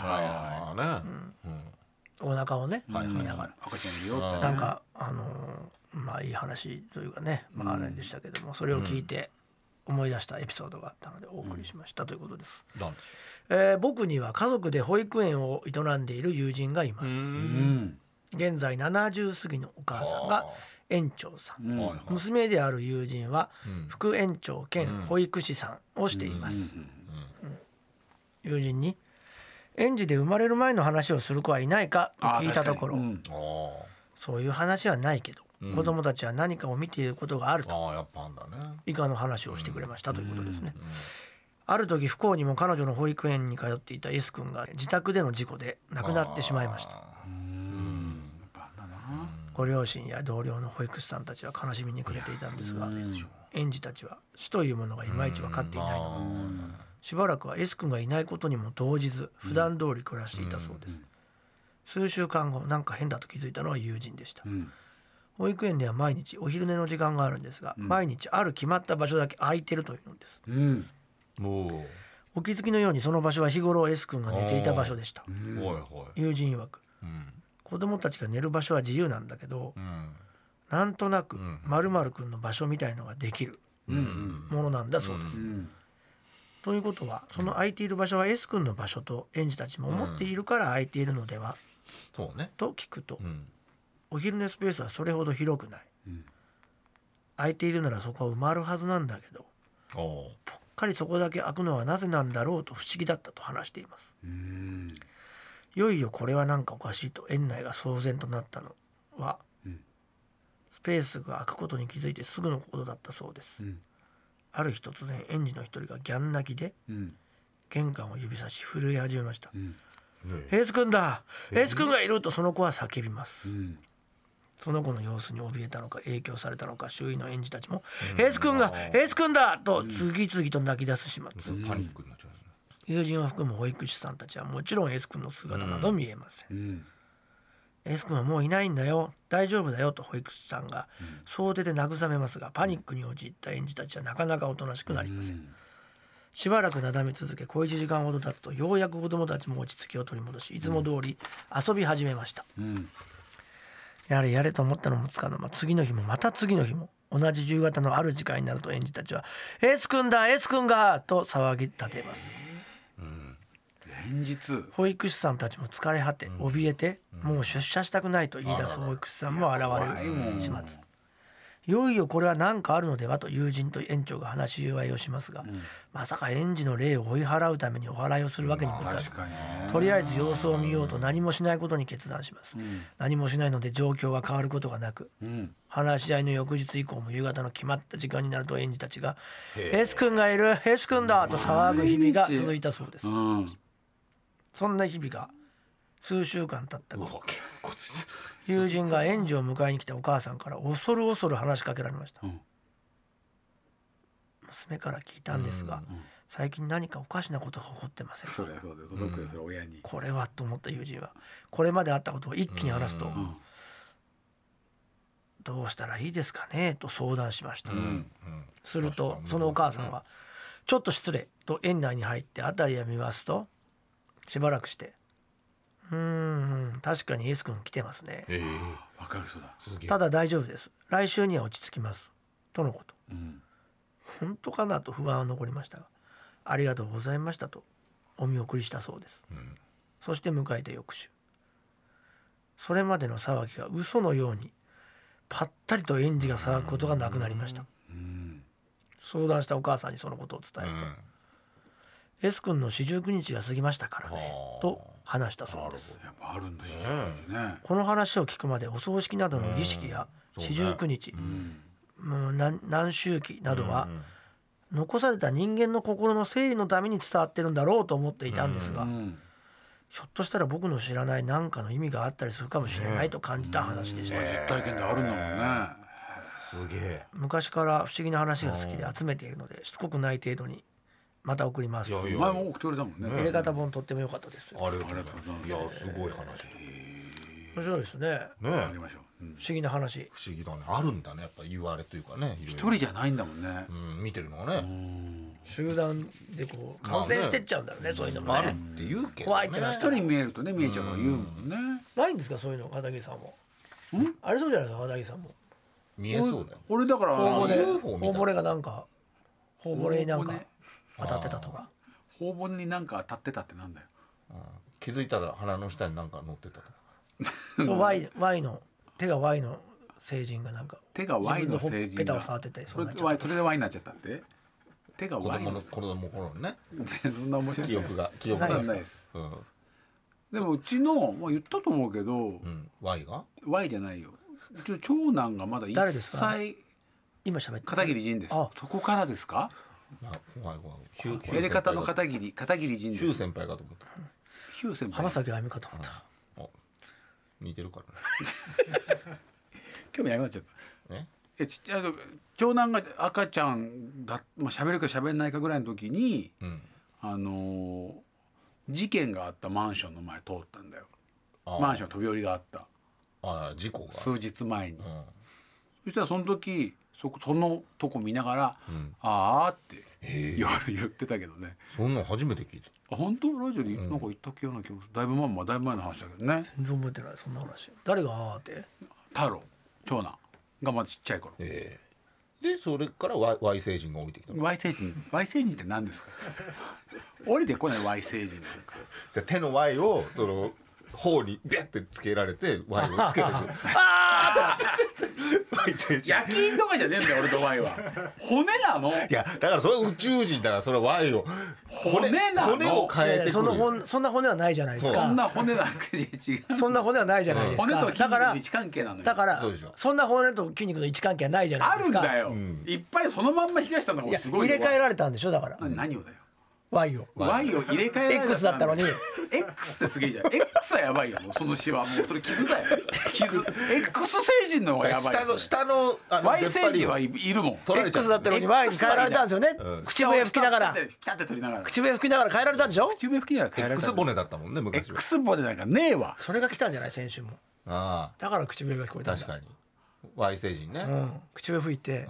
お腹をね、見ながら赤ちゃんいるよってなんかまあいい話というかね、あれでしたけども、それを聞いて思い出したエピソードがあったのでお送りしましたということです。僕には家族で保育園を営んでいる友人がいます。現在70過ぎのお母さんが園長さん、娘である友人は副園長兼保育士さんをしています。友人に園児で生まれる前の話をする子はいないかと聞いたところ、そういう話はないけど、子供たちは何かを見ていることがあると以下の話をしてくれましたということですね。ある時不幸にも彼女の保育園に通っていた S 君が自宅での事故で亡くなってしまいました。ご両親や同僚の保育士さんたちは悲しみに暮れていたんですが、園児たちは死というものがいまいち分かっていないのか、しばらくは S 君がいないことにも動じず普段通り暮らしていたそうです。数週間後、なんか変だと気づいたのは友人でした。保育園では毎日お昼寝の時間があるんですが、毎日ある決まった場所だけ空いてるというのです。お気づきのようにその場所は日頃 S 君が寝ていた場所でした。友人曰く、 子供たちが寝る場所は自由なんだけど、なんとなく〇〇くんの場所みたいのができるものなんだそうです。ということはその空いている場所は S 君の場所と園児たちも思っているから空いているのでは、 そうね。 と聞くと、お昼寝スペースはそれほど広くない、空いているならそこは埋まるはずなんだけど、ぽっかりそこだけ空くのはなぜなんだろうと不思議だったと話しています。いよいよこれはなんかおかしいと園内が騒然となったのは、スペースが空くことに気づいてすぐのことだったそうです。ある日突然園児の一人がギャン泣きで、玄関を指さし震え始めました。エース君だ、エース君がいるとその子は叫びます。その子の様子に怯えたのか影響されたのか、周囲の園児たちもエース君がエース君だと次々と泣き出す始末。 パニックになっちゃう。 友人を含む保育士さんたちはもちろんエース君の姿など見えません。エース君はもういないんだよ、大丈夫だよと保育士さんが総出で慰めますが、パニックに陥った園児たちはなかなかおとなしくなりません。しばらくなだめ続け、小1時間ほど経つとようやく子どもたちも落ち着きを取り戻し、いつも通り遊び始めました。やれやれと思ったのもつかの間、次の日もまた次の日も同じ夕方のある時間になると園児たちはエース君だエース君がと騒ぎ立てます。 連日保育士さんたちも疲れ果て怯えて、もう出社したくないと言い出す保育士さんも現れる始末。いよいよこれは何かあるのではと友人と園長が話し合いをしますが、まさか園児の霊を追い払うためにお祓いをするわけにもいかず、とりあえず様子を見ようと何もしないことに決断します。何もしないので状況は変わることがなく、話し合いの翌日以降も夕方の決まった時間になると園児たちがエス君がいるエス君だと騒ぐ日々が続いたそうです。そんな日々が数週間経った頃、友人が園児を迎えに来たお母さんから恐る恐る話しかけられました。娘から聞いたんですが、最近何かおかしなことが起こってませんか。 それそうです、届くよそれ親に。 これはと思った友人はこれまであったことを一気に話すと、どうしたらいいですかねと相談しました。するとそのお母さんはちょっと失礼と園内に入って辺りを見ますと、しばらくして確かにエース君来てますね。 わかる人だ。 ただ大丈夫です、来週には落ち着きますとのこと。本当かなと不安は残りましたが、ありがとうございましたとお見送りしたそうです。そして迎えた翌週、それまでの騒ぎが嘘のようにぱったりと園児が騒ぐことがなくなりました。相談したお母さんにそのことを伝えると、S 君の四十九日が過ぎましたからねと話したそうです。 やっぱあるんだ、四十九日ね。 この話を聞くまでお葬式などの儀式や四十九日、何周期などは残された人間の心の整理のために伝わってるんだろうと思っていたんですが、ひょっとしたら僕の知らない何かの意味があったりするかもしれないと感じた話でした。 実体験であるんだもんね。 すげえ。 昔から不思議な話が好きで集めているので、しつこくない程度にまた送ります。 前も送ってくれたもんね。 入れ方本とっても良かったです。 ありがとうございます。いやすごい話。 面白いですね。 やりましょう。 不思議な話。 不思議だね。あるんだね。やっぱ言われというかね。 一人じゃないんだもんね。 見てるのがね。 集団でこう感染してっちゃうんだろうね。そういうのもあるね。 って言うけど。 怖いってな一人見えるとね、見えちゃうから言うもんね。 ないんですかそういうの、片桐さんも。あれそうじゃないですか片桐さんも。 見えそうだよ。 俺だから頬骨がなんか頬骨になんか当たってたとか。 頬骨になんか当たってたってなんだよ。 気づいたら鼻の下になんか乗ってたとか。 そう Y の手が Y の成人がなんか手が Y の成人ペタを触ってて、 それで Y になっちゃったって。手が Y の子供頃のね。 そんな面白い記憶がないです。でもうちの言ったと思うけど、 Y が Y じゃないよ。長男がまだ1歳。 今喋って片桐仁です。そこからですか。やり方の片桐仁です。 ヒュー先輩かと思った。 ヒュー先輩。 浜崎あゆみかと思った。 似てるからね。 興味なくなっちゃった。長男が赤ちゃんだ、喋るか喋んないかぐらいの時に、事件があったマンションの前通ったんだよ。マンション飛び降りがあった。 事故が数日前に。そしたらその時そのとこ見ながら、あーって言ってたけどね。 そんなの初めて聞いた。 あ、本当ラジオでなんか言った気がな気がする。だいぶ前の話だけどね。 全然覚えてないそんな話。誰があーって太郎長男がまだちっちゃい頃。 でそれから Y 星人が降りてきた。 Y 星人って何ですか？降りてこない Y 星人なんか。 じゃあ手の Y をその頬にビャってつけられて Y をつけてくる。Y 星人。 夜勤とかじゃねえんだよ俺と Y は。骨なの？ いやだからそれは宇宙人だからそれは Y を骨なの？ 骨を変えてくる。 そんな骨はないじゃないですか。 そんな骨なんか違う。 そんな骨はないじゃないですか。 骨と筋肉の位置関係なのよ。 だからそうでしょ。 そんな骨と筋肉の位置関係はないじゃないあですか。 るんだよ、いっぱいそのまんま引かしたのがすごいよ。 入れ替えられたんでしょだから。 何をだよ。 Y を Y を入れ替えられた X だったのに X ってすげえじゃん。 X はやばいよ。もうその詩はもうそれ傷だよ。傷。 X 星人の方がやばい。 下の Y 星人はいるもん。 X だったのに Y に変えられたんですよね。口笛吹きながらピタッて取りながら口笛吹きながら変えられたんでしょ。 口笛吹きながら変えられた。 X 骨だったもんね昔は。 X 骨なんかねえわ。 それが来たんじゃない先週も。 あだから口笛が聞こえたんだ。 確かに Y 星人ね。 口笛吹いて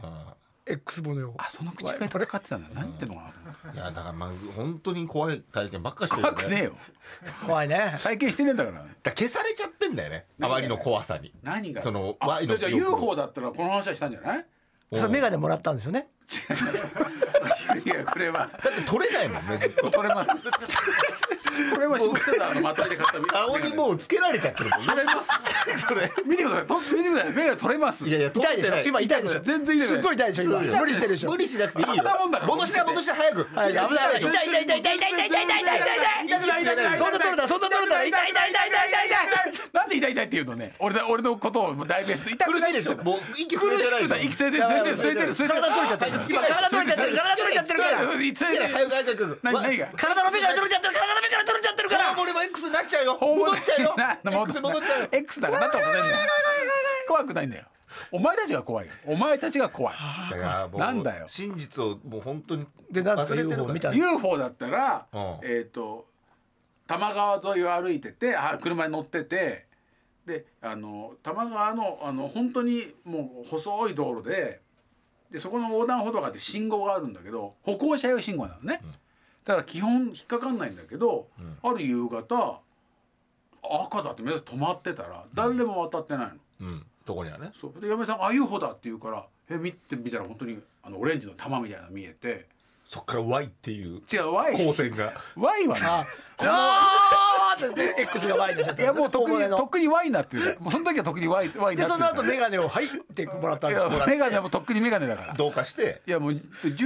X 骨を。 あ、その口笛戦ってたんだよ。何言ってんのかな。 いやだからまあ本当に怖い体験ばっかしてるよね。 怖くねえよ。 怖いね。 体験してねえんだから。 だから消されちゃってんだよね。あまりの怖さに。 何がそのあ Y のじゃあ UFO だったらこの話はしたんじゃない？ それメガネもらったんですよね。 いやこれはだって取れないもんねずっと。 取れます。これは下北沢のまたいで買った顔にもうつけられちゃってるもんね。 取れます。 それ見てください。見てください。目が取れます。 いやいや取痛いでしょってない。 今痛いでしょ。 全然痛いすっごい痛いでしょ今。無理してるでしょ。 無理しなくていいよ。 買ったもんだから戻して早く。 はい、危ない危ない。痛い痛い痛い痛い痛い痛い痛い痛い痛い痛い。そんな取れたそんな取れた。痛い痛い痛い痛い痛い痛い。 なんで痛い痛いって言うのね。俺のことを代弁する。痛くないでしょ。 もう息苦し吸えてないくない。息吸えてる吸えてる吸えてる。 体取れちゃってる。体取れちゃってる。体取れちゃってるから。 早く。 何が？ 体の目から取れちゃってる。体の目から取れちゃってるから。 俺も X になっちゃうよ。戻っちゃうよ。X 戻っちゃうよ。 X だからなったことないんだよ。怖くないんだよ。お前たちが怖いよ。お前たちが怖い。 だからもうなんだよ。 真実をもう本当にでなんか忘れてる UFO 見た。 UFO だったらうん多摩川沿いを歩いてて、車に乗ってて、で多摩川の本当にもう細い道路でそこの横断歩道があって信号があるんだけど歩行者用信号なのね。だから基本引っかかんないんだけど、ある夕方赤だって目指して止まってたら誰も渡ってないの。 そこにはね。 そうで嫁さんがUFOだって言うから見てみたら本当にオレンジの玉みたいなの見えて、 そっから Y っていう違う Y 光線が Y はねあーって X が Y になっちゃった。 いやもうと大っくに Y になってる。もうその時はとっくに Y になってる。 でその後メガネをはいってもらったんですよ。 メガネもとっくにメガネだから。 同化していやもう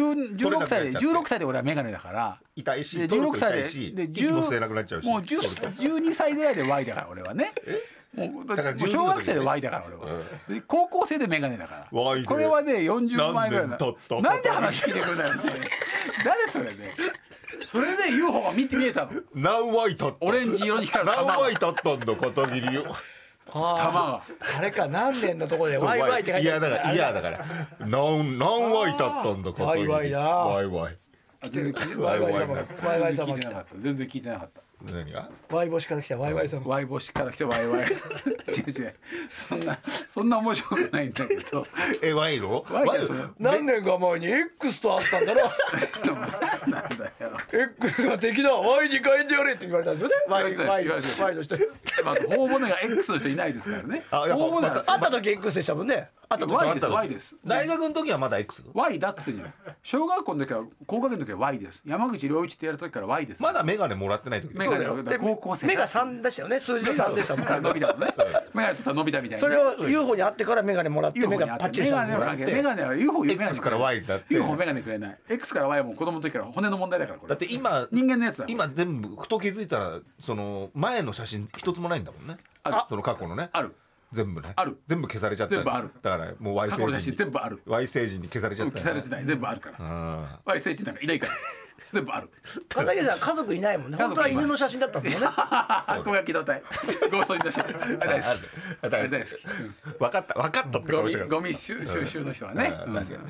16歳で俺はメガネだから痛いしで16歳で息も吸えなくなっちゃうしもう12歳ぐらいで Y だから俺はね。もうだから小学生で Y だから俺は、で高校生でメガネだから Y でこれはね40万円ぐらいなんで話聞いてくれないの誰それね。それで UFO が見えたの。 何 Y 経ったオレンジ色に光る玉何が Y 経ったんだ片桐よ。 玉があれか何年のところで YY って書いてある。 いやだから何 Y 経ったんだ片桐。 YY だ YY ワイワイ様がワイワイ様が来た。 全然聞いてなかった。 何がワイ星から来たワイワイ様。 ワイ星から来てワイワイ違うそんな面白くないんだけど。 Y の Y ですよ。 何年か前に X と会ったんだろ。 なんだよ。 X が敵だ Y に変えてやれって言われたんですよね。Y の人。 まあ頬骨が X の人いないですからね。 あやっぱ頬骨が会った時 X でしたもんね。会った時 Y です。Y です。 大学の時はまだ X Y だって言うの。小学校の時は高学年の時は Y です。山口良一ってやる時から Y です。 まだメガネもらってない時メガネをで高校生目が3でしたよね。数字の3でしたもんね。 伸びたのね。メガネちょっと伸びたみたいな。 それを UFO に会ってからメガネもらって目がパッチリしたんですよ。 メガネは UFO メガネ X から Y だって UFO メガネくれない。 X から Y はもう子供の時から骨の問題だからこれ。 だって今人間のやつだ。 今全部ふと気づいたらその前の写真一つもないんだもんね。その過去のねある全部ねある全部消されちゃった。 全部ある。 だからもう Y 過去の写星人真全部ある。 Y 星人に消されちゃった。 消されてない全部あるから。Y 星人なんかいないから全部ある。 片桐さん家族いないもんね。本当は犬の写真だったんだよね。 小垣動体ゴーストに出して大好き大好き。 分かったって顔してる。 ゴミ収集の人はね。 確かにね。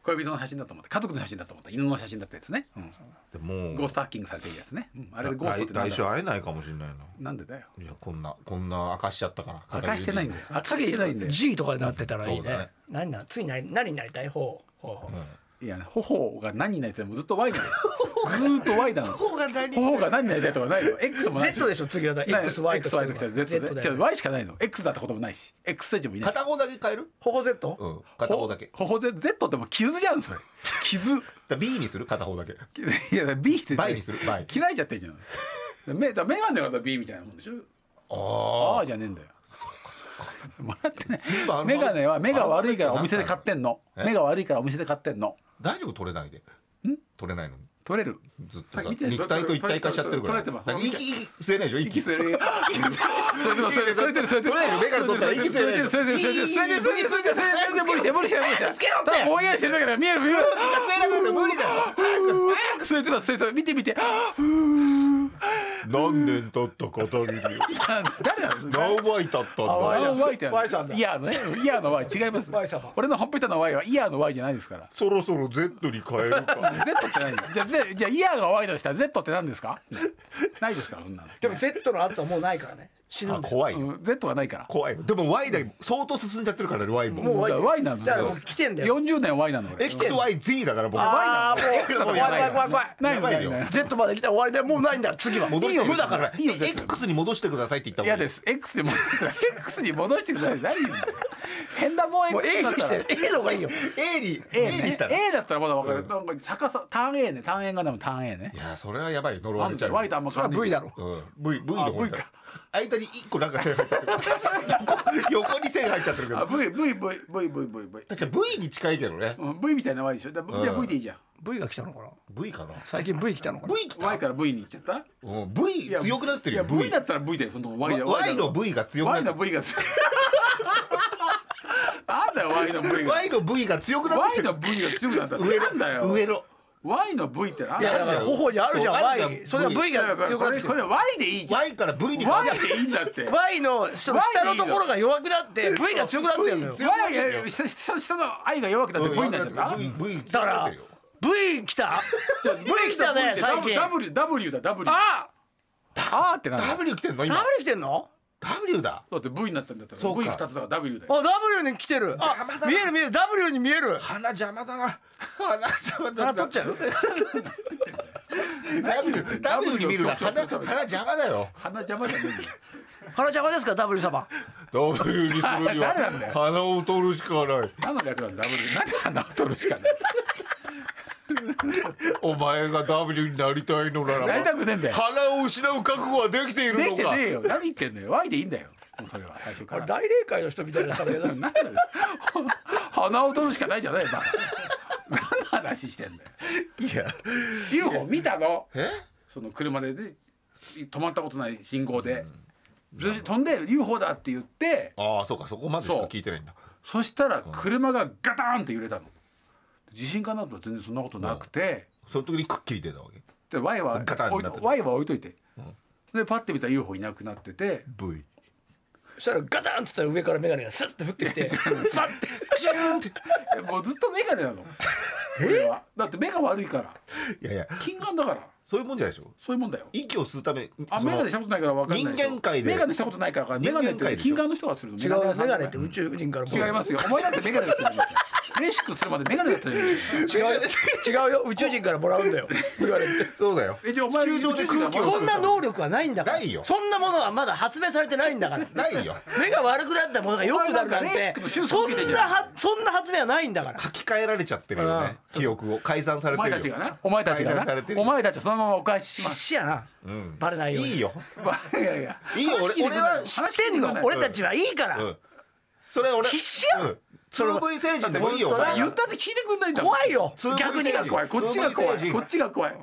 恋人の写真だと思った家族の写真だと思った犬の写真だったやつね、 でもゴーストハッキングされてるやつね、あれでゴーストってなん来だ週会えないかもしれないな。 なんでだよいやこんな明かしちゃったから。 明かしてないんだよ明かしてないんだよ G とかになってたらいいそうだねね。次何になりたい方。 いや頬が何になりたいもずっと Y だよずっと Y だの頬が何頬が何になりたいとかないよ X もない Z でしょ次は。 ない XY と XY ときたら Z で違う Y しかないの X だったこともないし X センチもいないし片方だけ変える？ 頬 Z？ うん片方だけ。 頬で Z ってもう傷じゃんそれ傷だ B にする片方だけ。 いや B って倍にする倍。 嫌いちゃってるじゃんメガネは B みたいなもんでしょ。ああじゃねえんだよもらってねメガネは目が悪いからお店で買ってんの。目が悪いからお店で買ってんの。 大丈夫取れないで。取れないのに。 取れるずっとさ見て肉体と一体化しちゃってるから。 取れてますなんか息吸えないでしょ。息吸える吸えてる取れないの。目から取ったら息吸えないの。 吸えてる無理してつけろってぼんやりしてるだけだ見える吸えなくて無理だよ。 吸えてます見て何年経った片桐。 誰なの何倍経ったんだ。 Y って Y さんだイヤーのねイヤーの Y 違います Y 様俺のほっぺたの Y はイヤーの Y じゃないですからそろそろ Z に変えるか。 Z って何じゃあイヤーが Y だとしたら Z って何ですかないですからそんなのでも Z の後はもうないからね。死ぬんだよ。 怖いよ。 うん Z がないから怖いよ。でも Y だけ相当進んじゃってるからね Y も。 もう Y なんですよだからもう来てんだよ。 40年 Y なの俺来てんの XYZ だから僕。 ああもう X だとやばいよ。 怖いないやばいよ。 Z まで来たら終わりだよ。もうないんだ次は。 戻して無だから。 いいよ X に戻してくださいって言った方がいい。 嫌です X に戻してください X に戻してください何言うんだよ変だぞもう X A だったらにしてる。A の方がいいよ。 A に A にしたら。 A だったらまだ分かるなんか逆さターン A ねターン A がでもターン A ねいやそれはやばい。呪なんでわれちゃう。 Y とあんま変わんない V だろ。 うん。V のあ方 V か。 間に1個なんか線入っちゃってる。横に線入っちゃってるけあど。 V 確かに V に近いけどね。 V みたいな Y でしょじゃあ V でいいじゃん V が来たのかな。 V かな。 最近 V 来たのかな。 V 来た。 Y から V に行っちゃったうん V 強くなってるよ。 いや V だったら V だよその Y だ Y の V が強くな Y のってる。 V が強くなんだよ Y の V が Y の V が強くなって Y る。 の V が強くなったってなんだよ上の。 Y の V ってなんいやだよだから頬にあるじゃん。 そうあるじゃん Y。それは V が強くなってきてる。 これ Y でいいじゃん Y から V に変わ Y る。 でいいんだって Y のその下のところが弱くなって V が強くなってるのよ。 Y が下の愛が弱くなって V になっちゃった V だから V 来た。V 来たね最近。 W だ W ああーってなんだ W 来てんの今。 W 来てんの。 W だ。 だって V になったんだったらそうか V2 つだから W だよあ W に来てる。あ邪魔だな見える見える W に見える。 鼻邪魔だな。鼻邪魔だな。 鼻取っちゃう。 W に見るな。鼻邪魔だよ。 鼻邪魔じゃねえんだよ鼻邪魔ですか W 様。 W にするに誰なんだよは鼻を取るしかない。 何の略なんだ W なんで鼻を取るしかないお前が W になりたいのならばなりたくねえんだよ鼻を失う覚悟はできているでのか。 きてねえよ何言ってんのよ Y でいいんだよもうそれは最初から大霊界の人みたいな喋りだ。 なんだよ鼻を取るしかないじゃないバカ何の話してんだよいや UFO 見たのえその車で止まったことない信号で、飛んで UFO だって言ってああそうかそこまでしか聞いてないんだ。 そしたら車がガターンって揺れたの地震かなとは全然そんなことなくて、 その時にくっきり出たわけ。 で Y はガタンになってる Y は置いといて、でパッて見たら UFO いなくなってて V そしたらガタンって言ったら上からメガネがスッて降ってきてスパッてシューンってもうずっとメガネなの俺はだって目が悪いからいやいや近眼だからそういうもんじゃないでしょ。 そういうもんだよ息を吸うためあメガネしたことないから分かんないでしょ人間界でメガネしたことないから分かんないメガネって近眼の人がするの違うメガネって宇宙人からも違いますよお前だってメガネだったじゃんレーシックするまでメガネだったじゃん違うよ宇宙人からもらうんだよ言われて。 そうだよ。 じゃあお前地球上で空気をそんな能力はないんだから。 ないよそんなものはまだ発明されてないんだから。 ないよ。 目が悪くなったものが良くなるなんお前なんかレーシッてクの手術そん受けてんじゃんな発明はないんだから。 書き換えられちゃってるよね。記憶を改ざんされおてるよ。 前たちがなお前たちが改ざんされてるよなお前たちはそのままお返ししま必す死やな。 うんバレないように。 いいよ。 いやいやいいよ俺は知ってんの俺たちはいいから。 うんそれ俺必死やんその V 星人でもいいよ。 本当だ言ったって聞いてくんないんだもん怖いよ通逆に。 こっちが怖いこっちが怖いこっちが怖い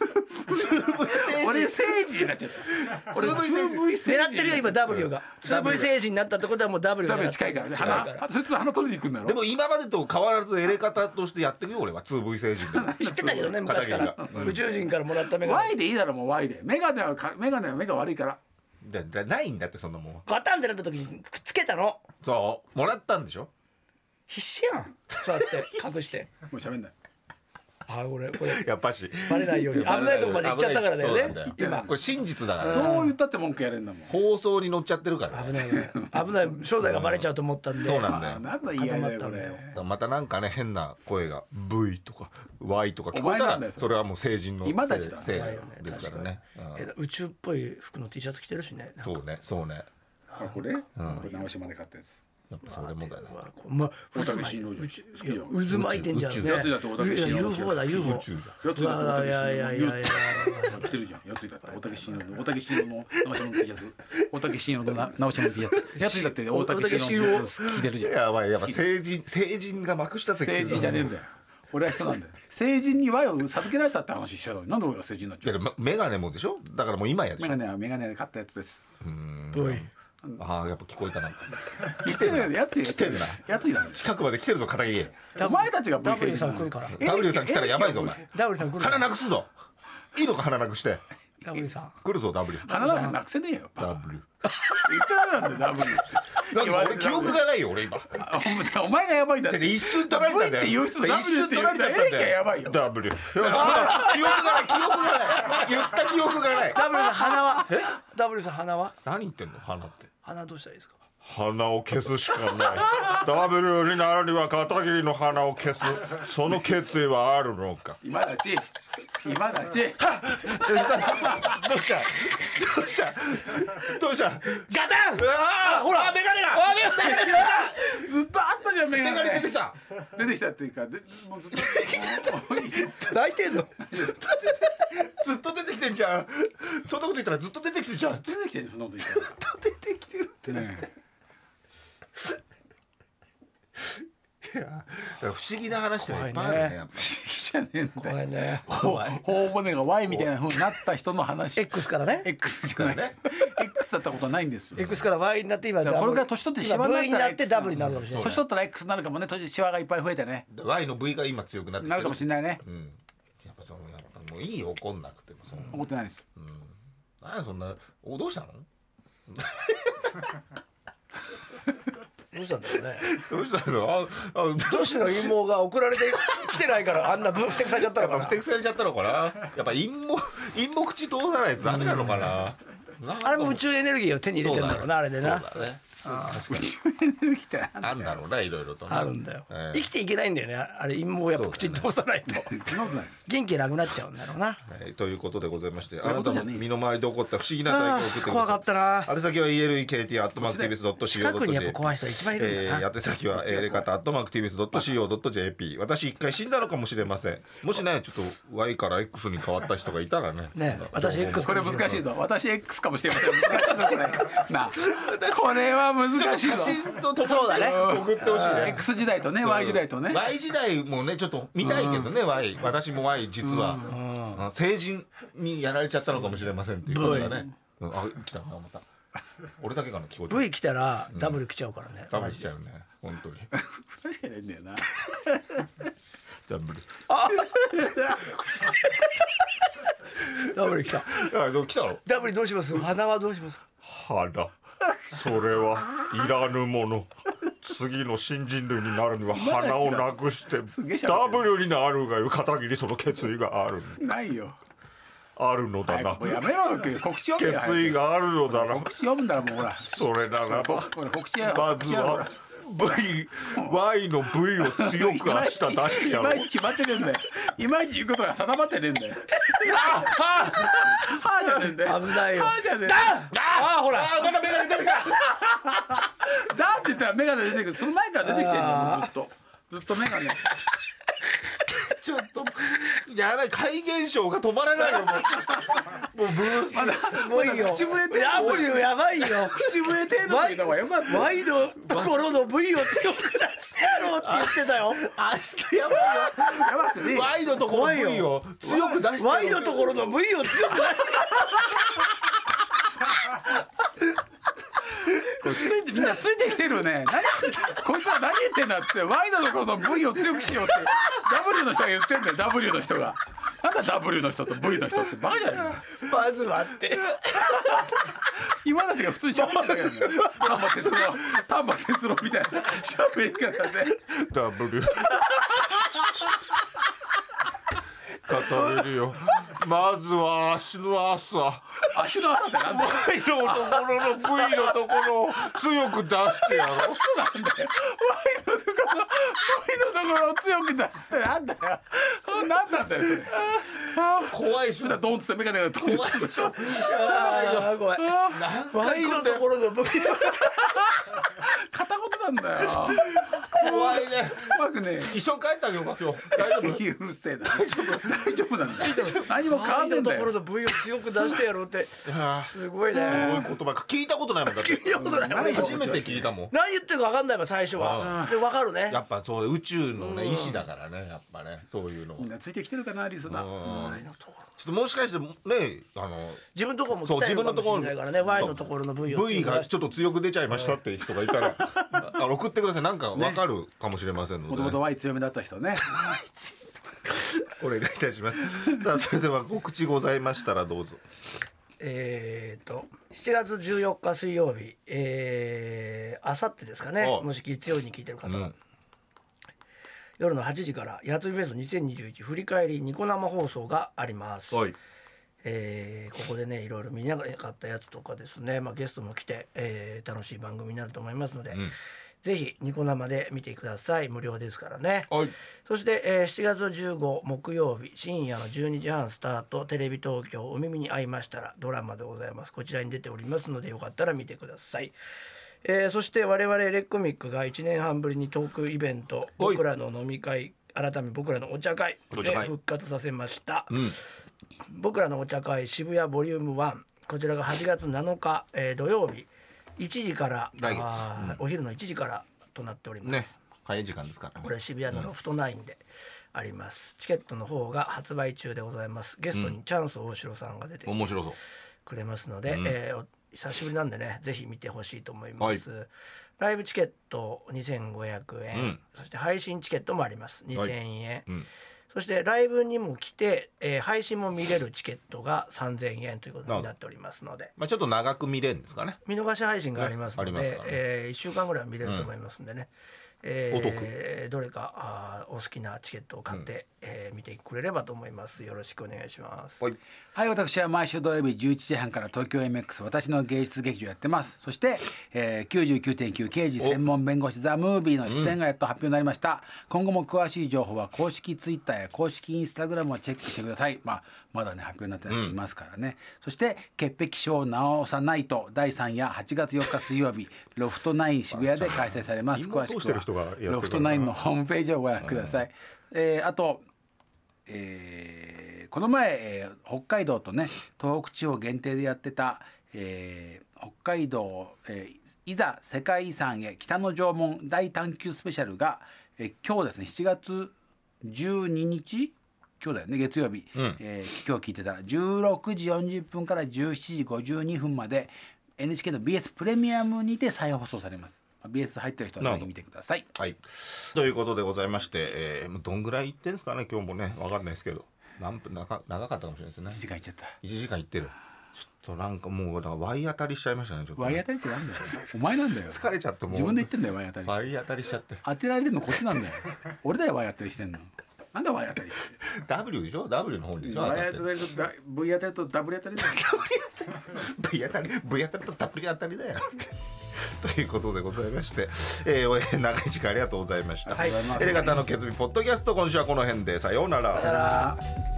俺政治になっちゃった俺 2V 狙ってるよ今 W が 2V 星人になったってことはもう W がダメ近いからね鼻そいつ鼻取りに行くんだろでも今までと変わらずエレ方としてやってるよ俺は 2V 星人で。 知ってたけどね昔から片桐が宇宙人からもらったメガネ Y でいいだろもう Y でメガネは目が悪いからないんだってそんなもん。 ガタンってなった時にくっつけたの。 そうもらったんでしょ。 必死やんそうやって隠してもう喋んない。 これやっぱしバレないように危ないとこまで行っちゃったからだよね今これ真実だからどう言ったって文句やれんだもん。 放送に乗っちゃってるからね。 危ない正体がバレちゃうと思ったんでそうなんだよ。 なんだ言い合いだよこれ。 またなんかね変な声が V とか Y とか聞こえたらそれはもう成人のせいですからね。 宇宙っぽい服の T シャツ着てるしね。 そうねそうね。 これ直島で買ったやつ。 やっぱそれもだよね。 大竹新郎好きよ。 渦巻いてんじゃんね。 やつだと大竹新郎。 UFO だ UFO。 やつだと大竹新郎。着てるじゃん。やつだって大竹新郎の直島の T シャツ。大竹新郎の直島の T シャツ。やつだって大竹新郎の T シャツ着てるじゃん。 やばいやばい成人がまくした成人じゃねえんだよ。俺は人なんだよ。成人に Y を授けられたって話しちゃうのになんで俺が成人になっちゃう。 メガネもでしょ。だからもう今やでしょ。 メガネで買ったやつです。 ああやっぱ聞こえたな。 来てるやつ来てんな。 やついな。 近くまで来てるぞ片桐。 お前たちが W さん来るから。 W さん来たらやばいぞお前。 W さん来るから。 鼻なくすぞ。いいのか鼻なくして。 W さん来るぞ W。 鼻なんかなくせねえよ。 W。 言ってなかったんだよ W。 俺記憶がないよ俺今。 お前がやばいんだって。 一瞬取られたんだよ。 一瞬取られちゃったんだよ。やばいよ。 W。記憶がない言った記憶がない。 W さん鼻はW さん鼻は何言ってんの鼻って。 鼻どうしたらいいですか。 鼻を消すしかない。W になるには片桐の鼻を消すその決意はあるのか。 今だちどうしたガタン。 ほらメガネがずっとあったじゃんメガネ。 出てきたっていうかもうずっと泣いてんの。 ずっと出てきてんじゃん。そんなこと言ったらずっと出てきてんじゃん。 出てきてるそんなこと言ったら。 ずっと出てきてるってね。 いや不思議な話がいっぱいあるね。やっぱ不思議じゃねえんだよ。 怖いね。 頬骨が Y みたいな風になった人の話。 X からね。 X じゃないね。X だったことはないんですよ。 X から Y になって今これが年取ってシワになったら V になって W になるかもしれない。 年取ったら X になるかもね。シワがいっぱい増えてね。 Y の V が今強くなってなるかもしれないね。 やっぱもういいよ怒んなくてもそんな。 怒ってないです。 何そんなどうしたの？ どうしたんだろうね。 どうしたの？ 女子の陰謀が送られてきてないからあんな不適されちゃったのかな。 不適されちゃったのかな。やっぱ陰謀口通さないとダメなのかな。 あれも宇宙エネルギーを手に入れてるんだろうなあれでな。 そうだね。 宇宙エネルギーってあんだろうないろいろと。 あるんだよ。生きていけないんだよねあれ陰謀をやっぱ口に通さないと。元気なくなっちゃうんだろうな。 ということでございましてあなたの身の回りで起こった不思議な体験を送ってください。 怖かったな。 宛先は elekt@tbs.co.jp。 近くにやっぱ怖い人一番いるんだな。 宛先はエレカタ@tbs.co.jp。私一回死んだのかもしれません。もしねちょっと Y から X に変わった人がいたらね。 ね私 X これ難しいぞ。私 X かもしれません。なこれは難しいぞ。 そうだね。 送ってほしいね。 X 時代とね Y 時代とね。 Y 時代もねちょっと見たいけどね Y。私も Y 実は成人にやられちゃったのかもしれませんっていうことだね。あ来たなまた。俺だけかな聞こえて。 V 来たら W 来ちゃうからね。 ダブル来ちゃうね本当に。 2人しかいないんだよな。 ダブル。 W 来た。 来たの？ W どうします？鼻はどうします？ 鼻。それはいらぬもの。次の新人類になるには鼻をなくして W になるがいう片桐その決意がある。 ないよ。 あるのだな。 もうやめろよ告知読めよ。 決意があるのだな。 告知読むんだらもうほら。 それならば告知やまずは Y の V を強く明日出してやろう。 いまいち決まってねえんだよ。いまいち言うことが定まってねえんだよ。はじゃねえんだよ。 危ないよ。 はじゃねえ。 あほら。 またメガネ出てきた。 だって言ったらメガネ出てくる。その前から出てきてんだよ。ずっとメガネ。 ちょっとやばい怪現象が止まらないよもうブースすごいよ。 口笛程度。 W やばいよ。 口笛程度って言った方がよかった。 Y のところの V を強く出してやろうって言ってたよ。 明日やばいよ。 やばくね。 Y のところの V を強く出して Y のところの V を強く出してこれついてみんなついてきてるよね。こいつは何言ってんだっつって Y のところの V を強くしようって W の人が言ってんだよ。W の人がなんだ W の人と V の人ってバカじゃないの。 まず待って今たちが普通に喋ってるだけなんだよ。丹波哲郎みたいな喋り方で W 語れるよ。まずは足の朝、 足の穴ってなんだよ。 Y のところの V のところを強く出してやろう。 そうなんだよ。Y のところを強く出してなんだよ。なんなんだよそれ。 怖いし。 ドンってメガネがドンって怖いでしょ。 あー怖いY のところの V 片言なんだよ。 怖いね。 怖くね。 一緒に帰ってあげようか今日。大丈夫？ うるせえな。大丈夫なんだよ。何も変わんねえんだよ。 のところの V を強く出してやろうってすごいね。 すごい言葉か聞いたことないもんだって。 聞いたことない初めて聞いたもん。 何言ってるか分かんないもん最初は。で分かるね。 やっぱそう宇宙のね意志だからねやっぱねそういうの。 みんなついてきてるかなリスナー。 ちょっともしかしてね自分のところも来たいのかもしれないからね Y のところの V を V がちょっと強く出ちゃいましたっていう人がいたら送ってください。なんかわかるかもしれませんので。 もともと Y 強めだった人ね。 お願いいたします。さあそれでは告知ございましたらどうぞ。 7月14日水曜日あさってですかね。もし月曜日に聞いてる方は、夜の8時からやついフェス2021振り返りニコ生放送があります。はい、ここでねいろいろ見なかったやつとかですね、ゲストも来て、楽しい番組になると思いますので、ぜひニコ生で見てください。無料ですからね。はい、そして、7月15木曜日深夜の12時半スタートテレビ東京お耳に合いましたらドラマでございます。こちらに出ておりますのでよかったら見てください。そして我々レッコミックが1年半ぶりにトークイベント僕らの飲み会改め僕らのお茶会で復活させました。僕らのお茶会渋谷ボリューム1こちらが8月7日、土曜日1時からお昼の1時からとなっております。ね、 早い時間ですから、ね、 これ渋谷のロフト9であります。チケットの方が発売中でございます。ゲストにチャンス大城さんが出てきてくれますので、久しぶりなんでねぜひ見てほしいと思います。はい、ライブチケット2500円、そして配信チケットもあります2000円、そしてライブにも来て、配信も見れるチケットが3000円ということになっておりますので、 ちょっと長く見れるんですかね。見逃し配信がありますので、1週間ぐらいは見れると思いますんでね、どれかお好きなチケットを買って、見てくれればと思います。よろしくお願いします。 はい、私は毎週土曜日11時半から東京 MX 私の芸術劇場やってます。そして、99.9 刑事専門弁護士ザ・ムービーの出演がやっと発表になりました。今後も詳しい情報は公式ツイッターや公式インスタグラムをチェックしてください。まだね発表になってない人いますからね。そして潔癖症直さないと第3夜8月4日水曜日ロフト9渋谷で開催されます。詳しくはロフト9のホームページをご覧ください。あとこの前、北海道とね東北地方限定でやってた、北海道、いざ世界遺産へ北の縄文大探求スペシャルが、今日ですね7月12日今日だよね月曜日、今日聞いてたら16時40分から17時52分まで NHK の BS プレミアムにて再放送されます。BS 入ってる人はぜひ見てください。 はい、ということでございまして、どんぐらい行ってんですかね今日もね分かんないですけど何分長かったかもしれないですね。 1時間行っちゃった。 1時間行ってる。ちょっとなんかもうだからワイ当たりしちゃいましたね。ちょっとワイ当たりってなんだよお前なんだよ疲れちゃってもう自分で言ってんだよワイ当たり。 ワイ当たりしちゃって当てられてんのこっちなんだよ俺だよワイ当たりしてんの。なんだワイ当たりって W でしょ W の方でしょ。 ワイ当たりと V 当たりと W 当たりだよ V 当たり V 当たりと W 当たりだよということでございまして、長い時間ありがとうございました。エレガタの決意ポッドキャスト今週はこの辺でさようなら。 さようなら。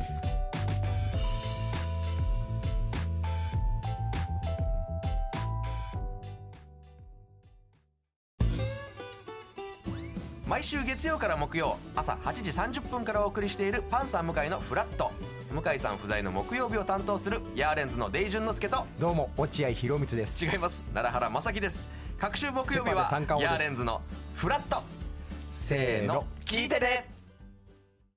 毎週月曜から木曜朝8時30分からお送りしているパンサー向井のフラット。向井さん不在の木曜日を担当するヤーレンズのデイジュンの之介とどうも落合博満です。 違います奈良原正樹です。各週木曜日はヤーレンズのフラット。せーの聞いてね。